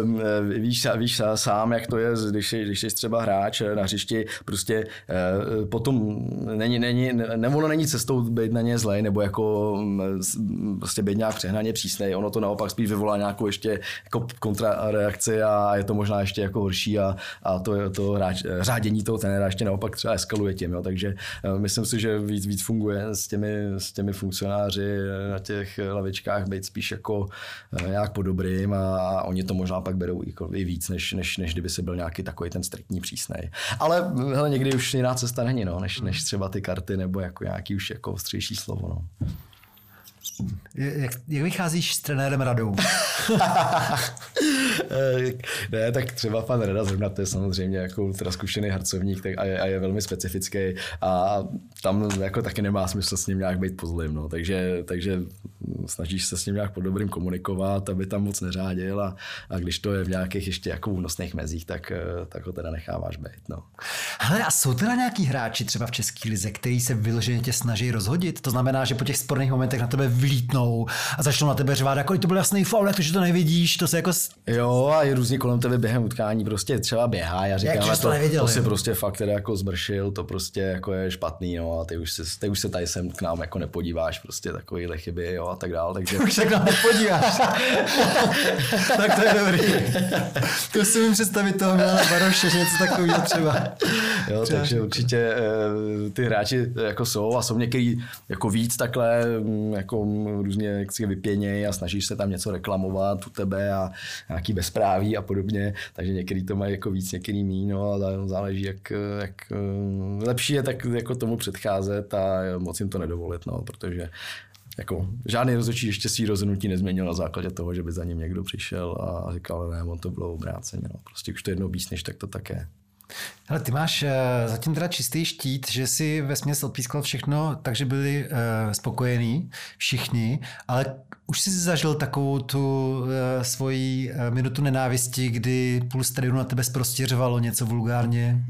Víš sám, jak to je, když jsi třeba hráč na hřišti, prostě potom není cestou být na ně zlej, nebo jako prostě být nějak přehnaně přísnej, ono to naopak spíš vyvolá nějakou ještě jako kontrareakci a je to možná ještě jako horší a to řádění toho trenéra ještě naopak třeba eskaluje tím, jo, takže myslím si, že víc funguje s těmi funkcionáři na těch lavičkách být spíš jako nějak po dobrým a oni to možná pak berou i víc, než kdyby se byl nějaký takový ten striktní přísnej. Ale hele, někdy už jiná cesta není, no, než třeba ty karty nebo jako nějaký už jako ostřejší slovo. No. Jak vycházíš s trenérem Radou? Ne, tak třeba pan Rada zrovna, to je samozřejmě jako ultra zkušený harcovník a je velmi specifický a tam jako taky nemá smysl s ním nějak být pozlým, no. Takže snažíš se s ním nějak po dobrým komunikovat, aby tam moc neřádil a když to je v nějakých ještě jako únosných mezích, tak ho teda necháváš být, no. Hele, a jsou teda nějaký hráči třeba v české lize, který se vyloženě tě snaží rozhodit? To znamená, že po těch sporných momentech na tebe vylítnou a začnou na tebe řvát, jako to byl jasný faul, jak to, že to nevidíš, to se jako... Jo, a i různě kolem tebe během utkání prostě třeba běhá a říkám, to si prostě fakt teda jako zmršil, to prostě jako je špatný, no a ty už se tady sem k nám jako nepodíváš, prostě takovýhle chyby, jo, a tak dál, takže... Už se k nám nepodíváš. Tak to je dobrý. To si můžu představit toho Milana Baroše, že něco takového třeba. Jo, takže určitě ty hráči jako jsou a jsou některý jako víc takhle jako různě vypěnějí a snažíš se tam něco reklamovat u tebe a nějaký bezpráví a podobně, takže některý to mají jako víc, některý míň, no a záleží, jak lepší je tak jako tomu předcházet a moc jim to nedovolit, no, protože jako žádný rozhodčí ještě svý rozhodnutí nezměnil na základě toho, že by za ním někdo přišel a říkal, ne, on to bylo obráceně, no, prostě už to jednou písneš, tak to tak je. Hele, ty máš zatím teda čistý štít, že si vesměs odpískal všechno, takže byli spokojení všichni, ale už jsi zažil takovou tu svoji minutu nenávisti, kdy půl stadionu na tebe sprostě řvalo něco vulgárně?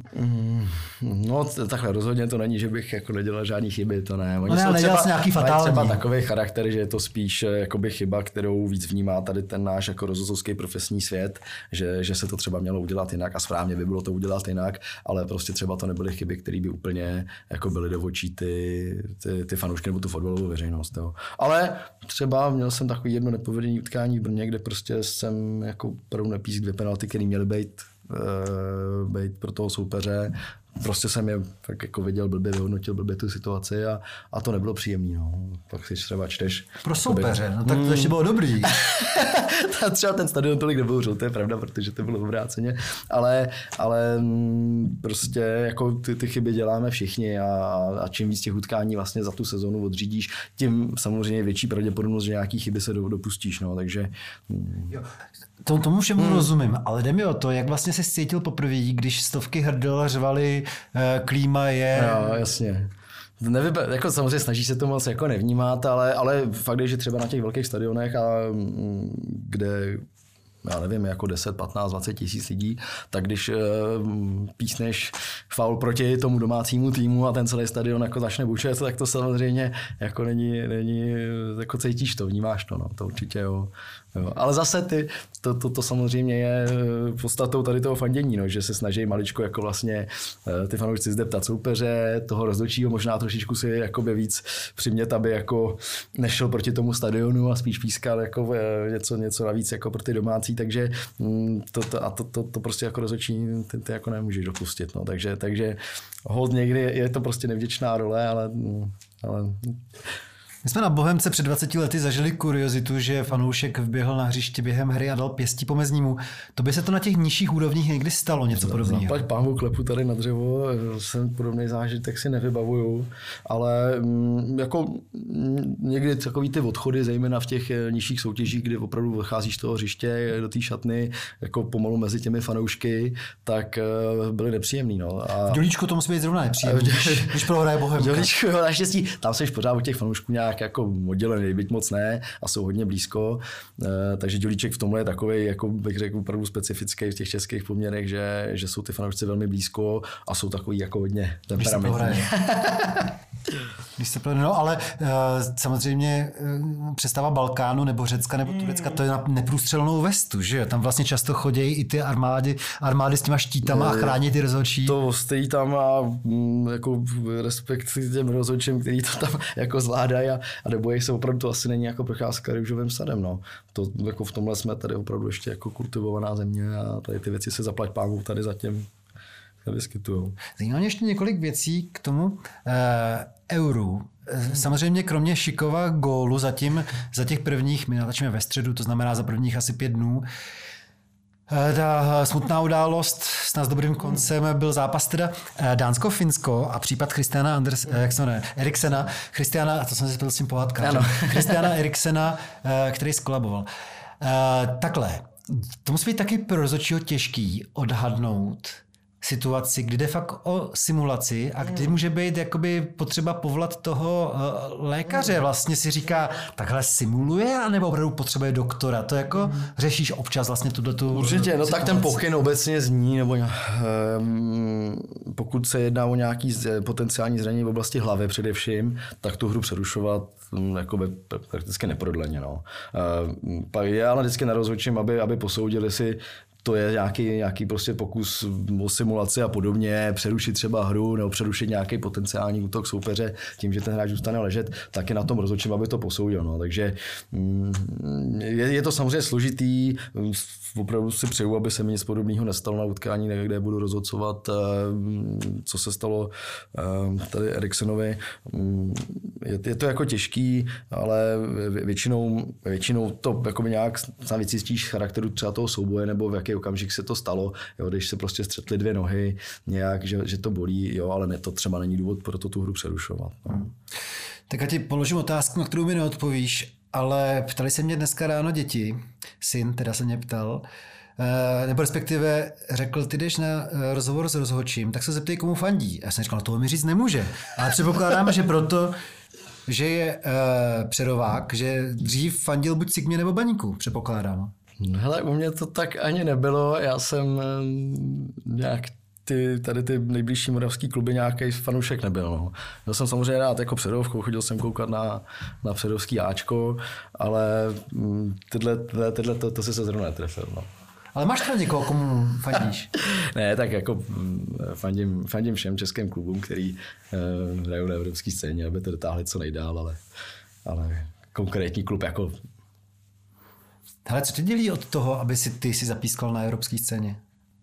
No takhle rozhodně to není, že bych jako nedělal žádný chyby, to ne. Oni jsou třeba nějaký fatální. Třeba takový charakter, že je to spíš jakoby chyba, kterou víc vnímá tady ten náš jako rozhodcovský profesní svět, že se to třeba mělo udělat jinak a správně by bylo to udělat jinak, ale prostě třeba to nebyly chyby, které by úplně jako byly do očí ty fanoušky nebo tu fotbalovou veřejnost. Jo. Ale třeba měl jsem takový jedno nepovedené utkání v Brně, kde prostě jsem jako prvou nepísk 2 penalty, které měly být pro toho soupeře. prostě jsem je tak jako viděl blbě, vyhodnotil blbě tu situaci a to nebylo příjemný. No. Tak si třeba čteš. Pro soupeře, no tak to ještě bylo dobrý. Třeba ten stadion tolik nebouřil, to je pravda, protože to bylo obráceně, ale prostě jako ty chyby děláme všichni a čím víc těch utkání vlastně za tu sezonu odřídíš, tím samozřejmě větší pravděpodobnost, že nějaký chyby se dopustíš, no, takže... Jo. Tomu všemu rozumím, ale jde mi o to, jak vlastně se cítil poprvé, když stovky hrdel řvali Klíma je... Jo, jasně. Jako samozřejmě snaží se to moc jako nevnímat, ale fakt je, že třeba na těch velkých stadionech, kde já nevím, jako 10, 15, 20 tisíc lidí, tak když písneš faul proti tomu domácímu týmu a ten celý stadion jako začne bučet, tak to samozřejmě jako není jako cítíš to, vnímáš to, no, to určitě jo. Ale zase to samozřejmě je podstatou tady toho fandění, no, že se snaží maličko jako vlastně ty fanoušci zdeptat soupeře, toho rozhodčího možná trošičku si jakoby víc přimět, aby jako nešel proti tomu stadionu a spíš pískal jako něco navíc jako pro ty domácí, takže to prostě jako rozhodčí ty jako nemůžeš dopustit, no, takže hold někdy je to prostě nevděčná role, ale My jsme na Bohemce před 20 lety zažili kuriozitu, že fanoušek vběhl na hřiště během hry a dal pěstí po meznímu. To by se to na těch nižších úrovních někdy stalo, něco podobného. Zaplať pámu klepu tady na dřevo, jsem podobný zážitek si nevybavuju, ale jako někdy takový ty odchody, zejména v těch nižších soutěžích, kdy opravdu odcházíš z toho hřiště do té šatny, jako pomalu mezi těmi fanoušky, tak byly nepříjemný. No. A v Dělíčku to musí být zrovna nepříjemný, když prohraje Bohemka. V Dělíčku, naštěstí, tam jsi pořád od těch fanoušků nějak jako oddělený, byť moc ne, a jsou hodně blízko, takže Dělíček v tomhle je takovej, jako bych řekl, opravdu specifický v těch českých poměrech, že jsou ty fanoušci velmi blízko a jsou takový jako hodně temperamentní. Když se plne, no, ale samozřejmě přestava Balkánu nebo Řecka nebo Turecka, to je na neprůstřelnou vestu, že jo? Tam vlastně často chodí i ty armády s těma štítama a chrání ty rozhodčí. To stojí tam a jako respekt těm rozhodčím, který to tam jako zvládají a nebojí se, opravdu to asi není jako procházka růžovým sadem, no. To jako v tomhle jsme tady opravdu ještě jako kultivovaná země a tady ty věci se zaplať pámu tady zatím nevyskytujou. Zajímá mě ještě několik věcí k tomu euru. Samozřejmě kromě Šikova gólu za těch prvních, my natáčíme ve středu, to znamená za prvních asi 5 dnů, ta smutná událost s dobrým koncem byl zápas teda Dánsko-Finsko a případ Christiana Eriksena, to jsem si spěl s tím pohádka, Christiana Eriksena, který skolaboval. Takhle, to musí být taky pro rozhodčího těžký odhadnout situaci, kdy jde fakt o simulaci a kdy může být jakoby potřeba povolat toho lékaře. Vlastně si říká, takhle simuluje, anebo opravdu potřebuje doktora. To jako řešíš občas vlastně tuto určitě, no tak ten pokyn obecně zní, nebo pokud se jedná o nějaký potenciální zranění v oblasti hlavy především, tak tu hru přerušovat jako prakticky neprodleně. No. Je ale vždycky na rozhodčím, aby posoudili si, to je nějaký prostě pokus o simulaci a podobně, přerušit třeba hru nebo přerušit nějaký potenciální útok soupeře tím, že ten hráč zůstane ležet, tak je na tom rozhodčím, aby to posoudil. No. Takže je to samozřejmě složitý, opravdu si přeju, aby se mi nic podobného nestalo na utkání, kde budu rozhodcovat, co se stalo tady Eriksenovi. Je to jako těžký, ale většinou to jako nějak vycítíš charakteru třeba toho souboje nebo v jaký okamžik se to stalo, jo, když se prostě střetly 2 nohy nějak, že to bolí, jo, ale to třeba není důvod pro to tu hru přerušovat. No. Tak já ti položím otázku, na kterou mi neodpovíš, ale ptali se mě dneska ráno děti, syn teda se mě ptal, nebo respektive řekl, ty jdeš na rozhovor s rozhodčím, tak se zeptej, komu fandí. Já jsem říkal, no toho mi říct nemůže. Ale předpokládáme, že proto, že je přerovák, že dřív fandil buď Sigmě nebo Baníku, předpokládám. Hele, u mě to tak ani nebylo, já jsem nějak tady ty nejbližší moravský kluby nějaký fanoušek nebyl. No. Byl jsem samozřejmě rád jako Přerovku, chodil jsem koukat na Přerovský Ačko, ale to se zrovna netrefil. No. Ale máš tam někoho, komu fandíš? Ne, tak jako fandím všem českým klubům, který hrajou na evropské scéně, aby to dotáhli co nejdál, ale konkrétní klub jako... Hele, co tě dělí od toho, aby ty si zapískal na evropské scéně?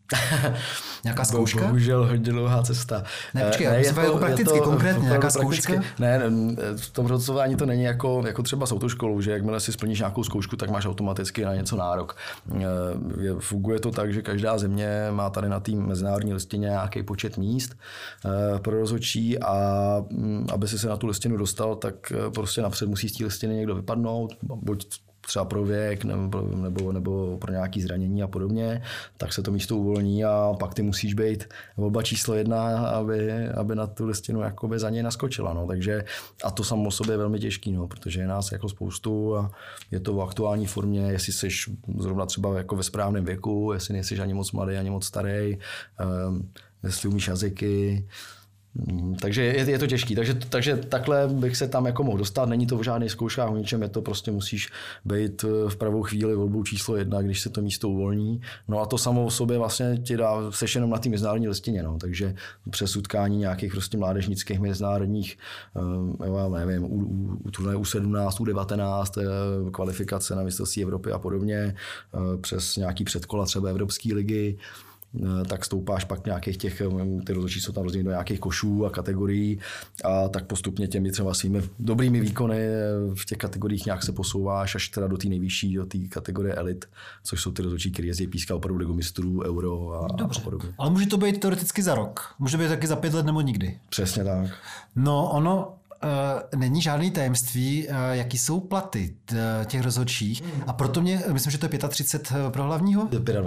Nějaká zkouška? Bohužel hodně dlouhá cesta. Ne, počkej, jako prakticky, konkrétně, nějaká zkouška? Ne, v tom rozhodování to není jako třeba s autoškolou, že jakmile si splníš nějakou zkoušku, tak máš automaticky na něco nárok. Funguje to tak, že každá země má tady na té mezinárodní listině nějaký počet míst pro rozhodčí a aby si se na tu listinu dostal, tak prostě napřed musí z té listiny někdo vypadnout, buď třeba pro věk nebo pro nějaké zranění a podobně, tak se to místo uvolní a pak ty musíš být volba číslo 1, aby na tu listinu jakoby za něj naskočila. No. Takže, a to samo o sobě je velmi těžký, no, protože je nás jako spoustu a je to v aktuální formě, jestli jsi zrovna třeba jako ve správném věku, jestli nejsi ani moc mladý, ani moc starý, jestli umíš jazyky. Takže je to těžký, takže takhle bych se tam jako mohl dostat, není to v žádných zkouškách o ničem, je to prostě musíš být v pravou chvíli volbou číslo 1, když se to místo uvolní. No a to samo o sobě vlastně ti dá, seš jenom na té mezinárodní listině, no, takže přes utkání nějakých prostě mládežnických mezinárodních, nevím, u turnaje U17, U19, kvalifikace na mistrovství Evropy a podobně, přes nějaký předkola třeba Evropské ligy, tak stoupáš pak nějakých těch, ty rozhodčí jsou tam rozděleny do nějakých košů a kategorií a tak postupně těmi třeba svými dobrými výkony v těch kategoriích nějak se posouváš až teda do té nejvyšší, do té kategorie elit, což jsou ty rozhodčí, který jezdí píská opravdu Ligu mistrů, Euro a podobně. Ale může to být teoreticky za rok, může být taky za 5 let nebo nikdy. Přesně tak. No ono není žádný tajemství, jaký jsou platy těch rozhodčích a proto myslím, že to je 35 pro hlavního?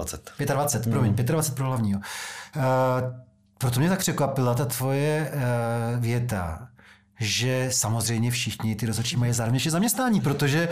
25 pro hlavního. Proto mě tak překvapila ta tvoje věta, že samozřejmě všichni ty rozhodčí mají zároveň ještě zaměstnání, protože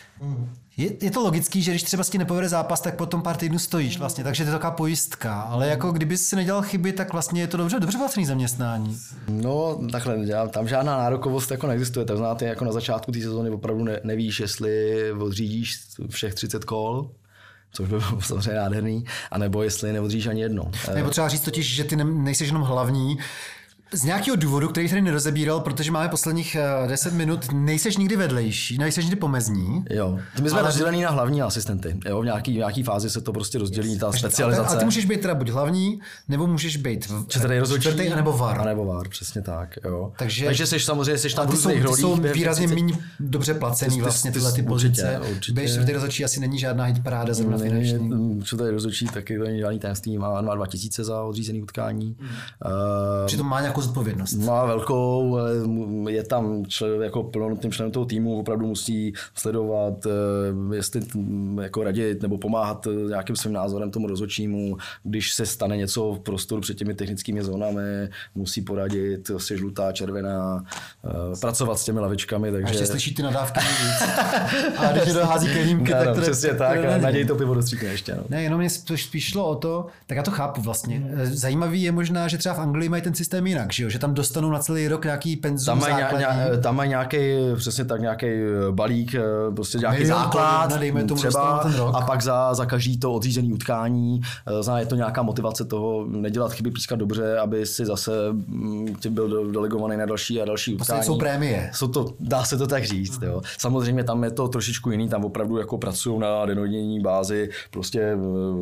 je to logický, že když třeba si nepovede zápas, tak potom pár týdnů stojíš vlastně, takže to je taková pojistka, ale jako kdyby si nedělal chyby, tak vlastně je to dobře placený zaměstnání. No takhle, tam žádná nárokovost jako neexistuje, tak znáte, jako na začátku té sezóny opravdu nevíš, jestli odřídíš všech 30 kol, což by bylo samozřejmě nádherný, anebo jestli neodříš ani jedno. Je potřeba říct totiž, že ty nejsi jenom hlavní, z nějakého důvodu, který tady nerozebíral, protože máme posledních 10 minut, nejseš nikdy vedlejší, nejseš nikdy pomezní. Jo, my jsme rozdělení na hlavní asistenty. Jo, v nějaký fázi se to prostě rozdělí, ta specializace. A ty můžeš být teda buď hlavní, nebo můžeš být čtvrtý, nebo VAR. A nebo VAR, přesně tak. Jo. Takže jsi samozřejmě tam v různých rolích. Jsou výrazně méně dobře placený vlastně tyhle ty pozice. Být čtvrtý rozhodčí asi není žádná hitparáda zrovna finanční. Čtvrtý rozhodčí taky to není žádný tajemství, má 2000 za odřízený utkání. Přitom má nějakou zodpovědnost. Má velkou, je tam jako plnohodnotným členem toho týmu, opravdu musí sledovat, jestli jako radit nebo pomáhat nějakým svým názorem tomu rozhodčímu. Když se stane něco v prostoru před těmi technickými zónami, musí poradit, je žlutá, červená, pracovat s těmi lavičkami. Takže... A ještě slyší ty nadávky víc. A když dohází kelímky, tak to přesně tak, a naděj to pivo dostříkne ještě. No. Ne, jenom mě spíš šlo o to, tak já to chápu vlastně. Zajímavý je možná, že třeba v Anglii mají ten systém jinak, že tam dostanou na celý rok nějaký penzum základní. Tam mají nějaký, přesně tak, nějaký balík, prostě nějaký základ třeba a pak za každý to odřízený utkání je to nějaká motivace toho nedělat chyby, pískat dobře, aby si zase byl delegovaný na další a další utkání. Jsou prémie. Dá se to tak říct. Jo. Samozřejmě tam je to trošičku jiný, tam opravdu jako pracují na dennodenní bázi, prostě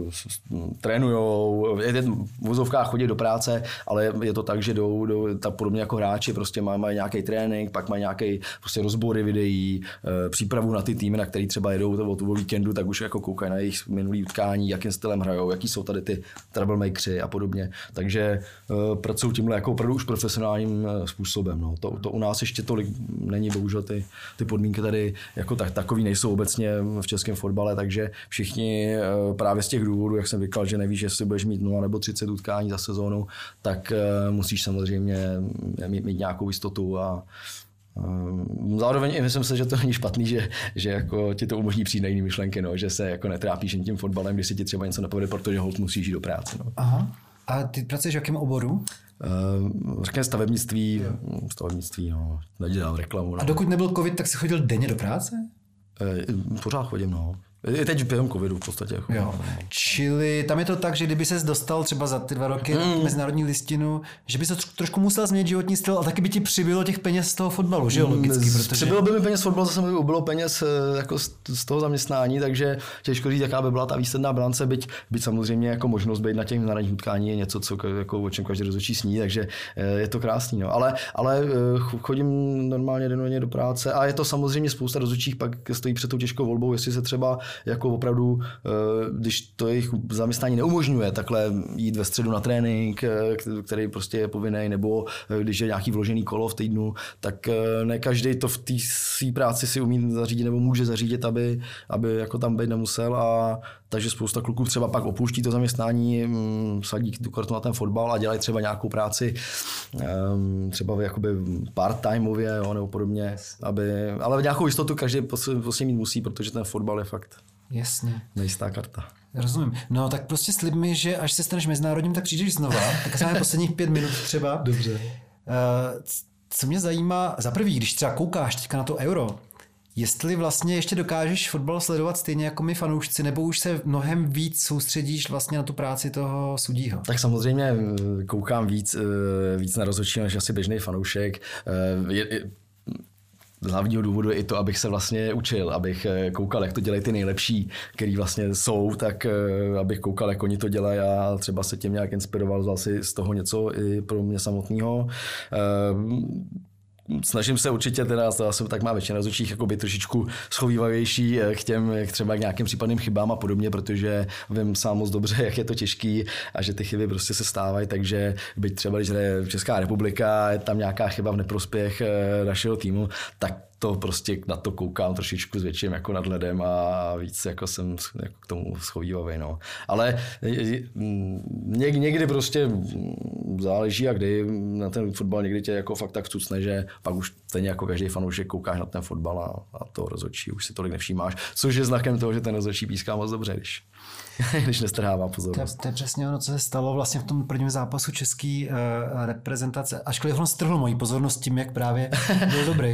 trénujou, v vozovkách chodí do práce, ale je to tak, že jdou tak podobně jako hráči, prostě mají nějaký trénink, pak mají nějaký prostě rozbory videí, přípravu na ty týmy, na který třeba jedou o víkendu, tak už jako koukají na jejich minulý utkání, jakým stylem hrajou, jaký jsou tady ty troublemakeři a podobně. Takže pracují tímhle jako opravdu už profesionálním způsobem. No. To u nás ještě tolik není, bohužel ty podmínky tady jako takový nejsou obecně v českém fotbale, takže všichni právě z těch důvodů, jak jsem říkal, že nevíš, jestli budeš mít 0 nebo 30 utkání za sezónu, tak musíš samozřejmě mít nějakou jistotu a zároveň i myslím si, že to není špatný, že jako ti to umožní přijít na jiné myšlenky, no, že se jako netrápíš jen tím fotbalem, když si ti třeba něco nepovede, protože holt musíš jít do práce. No. Aha. A ty pracuješ v jakém oboru? Řekněme stavebnictví, no, nedělám reklamu. No. A dokud nebyl covid, tak jsi chodil denně do práce? Pořád chodím, no. I teď během covidu v podstatě. Jo. Čili tam je to tak, že kdyby ses dostal třeba za ty 2 roky mezinárodní listinu, že by se trošku musel změnit životní styl a taky by ti přibylo těch peněz z toho fotbalu, že jo, logicky. Protože... Přibylo by mi peněz z fotbalu, zase mi ubylo peněz jako z toho zaměstnání, takže těžko říct, jaká by byla ta výsledná bilance, byť samozřejmě jako možnost být na těch mezinárodních utkání je něco, co jako o čem každý rozhodčí sní, takže je to krásný. No. Ale chodím normálně denně do práce a je to samozřejmě spousta rozhodčích pak stojí před tou těžkou volbou, jestli se třeba jako opravdu, když to jejich zaměstnání neumožňuje takhle jít ve středu na trénink, který prostě je povinný, nebo když je nějaký vložený kolo v týdnu, tak ne každý to v té své práci si umí zařídit nebo může zařídit, aby jako tam být nemusel a takže spousta kluků třeba pak opouští to zaměstnání, sadí tu kartu na ten fotbal a dělají třeba nějakou práci, třeba jakoby part-timeově, nebo podobně, ale nějakou jistotu každý prostě mít musí, protože ten fotbal je fakt nejistá karta. Rozumím. No tak prostě slib mi, že až se staneš mezinárodním, tak přijdeš znova, tak asi máme posledních 5 minut třeba. Dobře. Co mě zajímá, za prvý, když třeba koukáš teďka na to Euro, jestli vlastně ještě dokážeš fotbal sledovat stejně jako my fanoušci, nebo už se mnohem víc soustředíš vlastně na tu práci toho sudího? Tak samozřejmě koukám víc na rozhodčí než asi běžný fanoušek. Z hlavního důvodu je i to, abych se vlastně učil, abych koukal, jak to dělají ty nejlepší, který vlastně jsou, tak abych koukal, jak oni to dělají a třeba se tím nějak inspiroval, vzal si z toho něco i pro mě samotného. Snažím se určitě, teda tak má většina rozhodčích jako být trošičku schovývavější k třeba k nějakým případným chybám a podobně, protože vím sám moc dobře, jak je to těžký a že ty chyby prostě se stávají, takže byť třeba, když hraje Česká republika, je tam nějaká chyba v neprospěch našeho týmu, tak to prostě na to koukám trošičku s větším jako nadhledem a víc jako jsem jako k tomu schovývavý. No. Ale někdy prostě záleží a kdy na ten fotbal někdy tě jako fakt tak vcucne, že pak už stejně jako každý fanoušek koukáš na ten fotbal a to rozhodčí už si tolik nevšímáš, což je znakem toho, že ten rozhodčí píská moc dobře, když nestrhává pozornost. To je přesně ono, co se stalo vlastně v tom prvním zápasu české reprezentace. Ačkoliv on strhl moji pozornost tím, jak právě byl dobrý.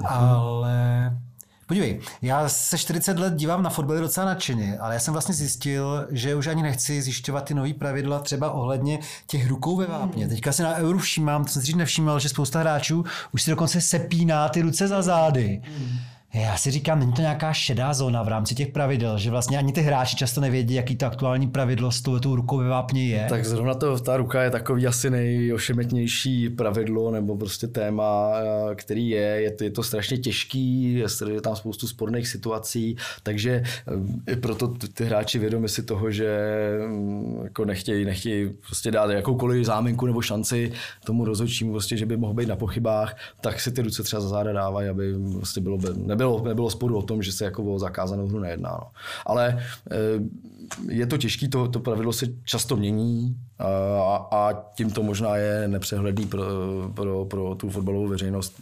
Ale podívej, já se 40 let dívám na fotbal docela nadšeně, ale já jsem vlastně zjistil, že už ani nechci zjišťovat ty nový pravidla třeba ohledně těch rukou ve vápně. Teďka si na Euro všímám, to jsem si nevšímal, že spousta hráčů už si dokonce sepíná ty ruce za zády. Já si říkám, není to nějaká šedá zóna v rámci těch pravidel, že vlastně ani ty hráči často nevědí, jaký to aktuální pravidlo s tou rukou ve vápně je. Tak zrovna ta ruka je takový asi nejošemetnější pravidlo nebo prostě téma, který je to strašně těžký, je tam spoustu sporných situací, takže proto ty hráči vědomi si toho, že jako nechtějí prostě dát jakoukoliv záminku nebo šanci tomu rozhodčímu, prostě, že by mohl být na pochybách, tak si ty ruce třeba za záda dávají, aby prostě nebylo sporu o tom, že se jako o zakázanou hru nejedná. No. Ale je to těžké, to pravidlo se často mění a tím to možná je nepřehledný pro tu fotbalovou veřejnost,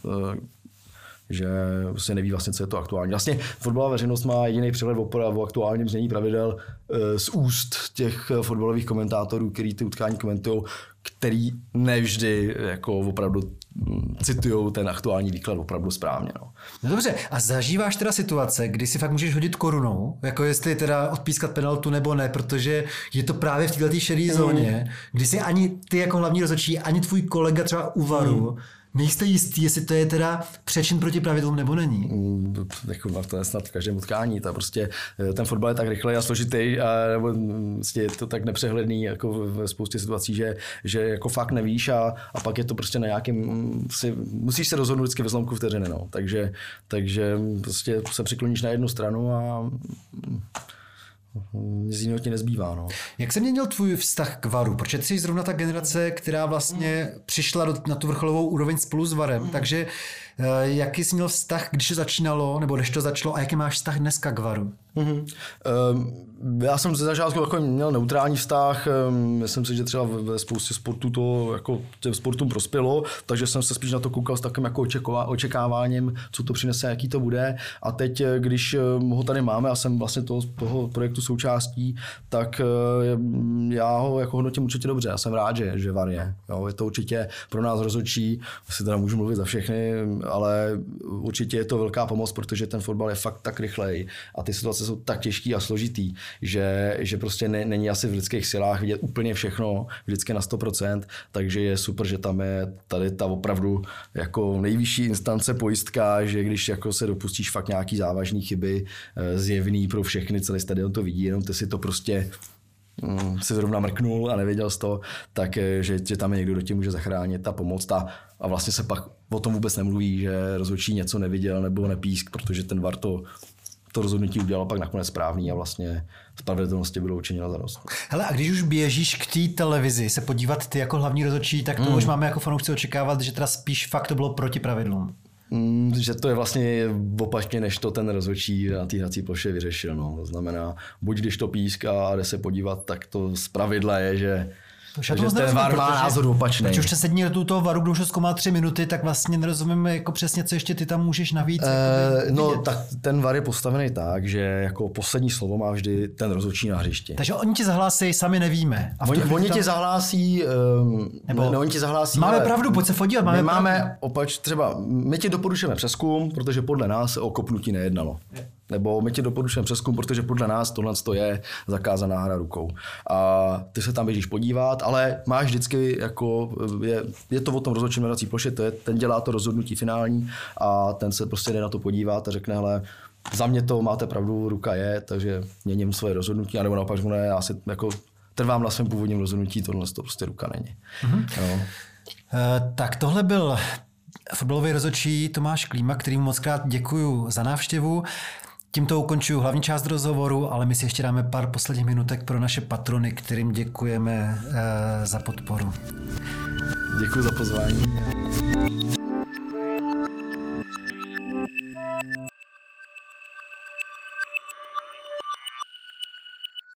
že prostě neví vlastně, co je to aktuální. Vlastně fotbalová veřejnost má jediný přehled o aktuálním znění pravidel z úst těch fotbalových komentátorů, který ty utkání komentují, který nevždy jako opravdu citujou ten aktuální výklad opravdu správně. No dobře, a zažíváš teda situace, kdy si fakt můžeš hodit korunou, jako jestli teda odpískat penaltu nebo ne, protože je to právě v této šedé zóně, kdy si ani ty jako hlavní rozhodčí, ani tvůj kolega třeba u VARu nejste jistý, jestli to je teda přečin proti pravidlům nebo není. To je snad v každém utkání. Prostě ten fotbal je tak rychlej a složitý a je to tak nepřehledný jako v spoustě situací, že jako fakt nevíš a pak je to prostě na nějakém... musíš se rozhodnout vždycky ve zlomku vteřiny. No. Takže prostě se přikloníš na jednu stranu a nic jiného ti nezbývá. No. Jak se měnil tvůj vztah k VARu? Protože ty jsi zrovna ta generace, která vlastně přišla na tu vrcholovou úroveň spolu s VARem, takže jaký jsi měl vztah, když to začínalo, nebo když to začalo a jaký máš vztah dneska k VARu? Já jsem ze začátku jako měl neutrální vztah, myslím si, že třeba ve spoustě sportů to jako těm sportům prospělo, takže jsem se spíš na to koukal s takovým jako očekáváním, co to přinese, jaký to bude. A teď, když ho tady máme a jsem vlastně toho projektu součástí, tak já ho jako hodnotím určitě dobře. Já jsem rád, že VAR je. Jo, je to určitě pro nás rozhodčí, si teda můžu mluvit za všechny, ale určitě je to velká pomoc, protože ten fotbal je fakt tak rychlej a ty situace jsou tak těžký a složitý, že prostě není asi v lidských silách vidět úplně všechno, vždycky na 100%, takže je super, že tam je tady ta opravdu jako nejvyšší instance pojistka, že když jako se dopustíš fakt nějaký závažný chyby, zjevný pro všechny, celý stadion to vidí, jenom ty si to prostě si zrovna mrknul a nevěděl jsi to, tak že tam je někdo, kdo tě může zachránit a pomoct a vlastně se pak o tom vůbec nemluví, že rozhodčí něco neviděl nebo nepísk, protože ten VAR to rozhodnutí udělal pak nakonec správný a vlastně spravedlnosti bylo učiněno za dost. Hele, a když už běžíš k té televizi se podívat ty jako hlavní rozhodčí, tak to už máme jako fanoušci očekávat, že teda spíš fakt to bylo proti pravidlům. Že to je vlastně opačně, než to ten rozhodčí na té hrací ploše vyřešil. No. To znamená, buď když to píská a jde se podívat, tak to zpravidla je, že ten VAR má názor opačný. Protože už se sedí do toho VARu, kdo už zkoumá 3 minuty, tak vlastně nerozumím jako přesně, co ještě ty tam můžeš navíc. No tak ten VAR je postavený tak, že jako poslední slovo má vždy ten rozhodčí na hřišti. Takže oni ti zahlásí, sami nevíme. A oni ti zahlásí, oni ti zahlásí. Máme pravdu, pojď se podívat. My ti doporučujeme přezkum, protože podle nás se o kopnutí nejednalo. Nebo my ti doporučujeme přezkum, protože podle nás tohle je zakázaná hra rukou. A ty se tam běžíš podívat, ale máš vždycky, jako je to o tom rozhodčím na hrací ploše, ten dělá to rozhodnutí finální a ten se prostě jde na to podívat a řekne, hele, za mě to máte pravdu, ruka je, takže měním svoje rozhodnutí, anebo naopak řekne, já si jako trvám na svém původním rozhodnutí, tohle to prostě ruka není. No. Tak tohle byl fotbalový rozhodčí Tomáš Klíma, kterým moc krát děkuju za návštěvu. Tímto ukončuju hlavní část rozhovoru, ale my si ještě dáme pár posledních minutek pro naše patrony, kterým děkujeme za podporu. Děkuji za pozvání.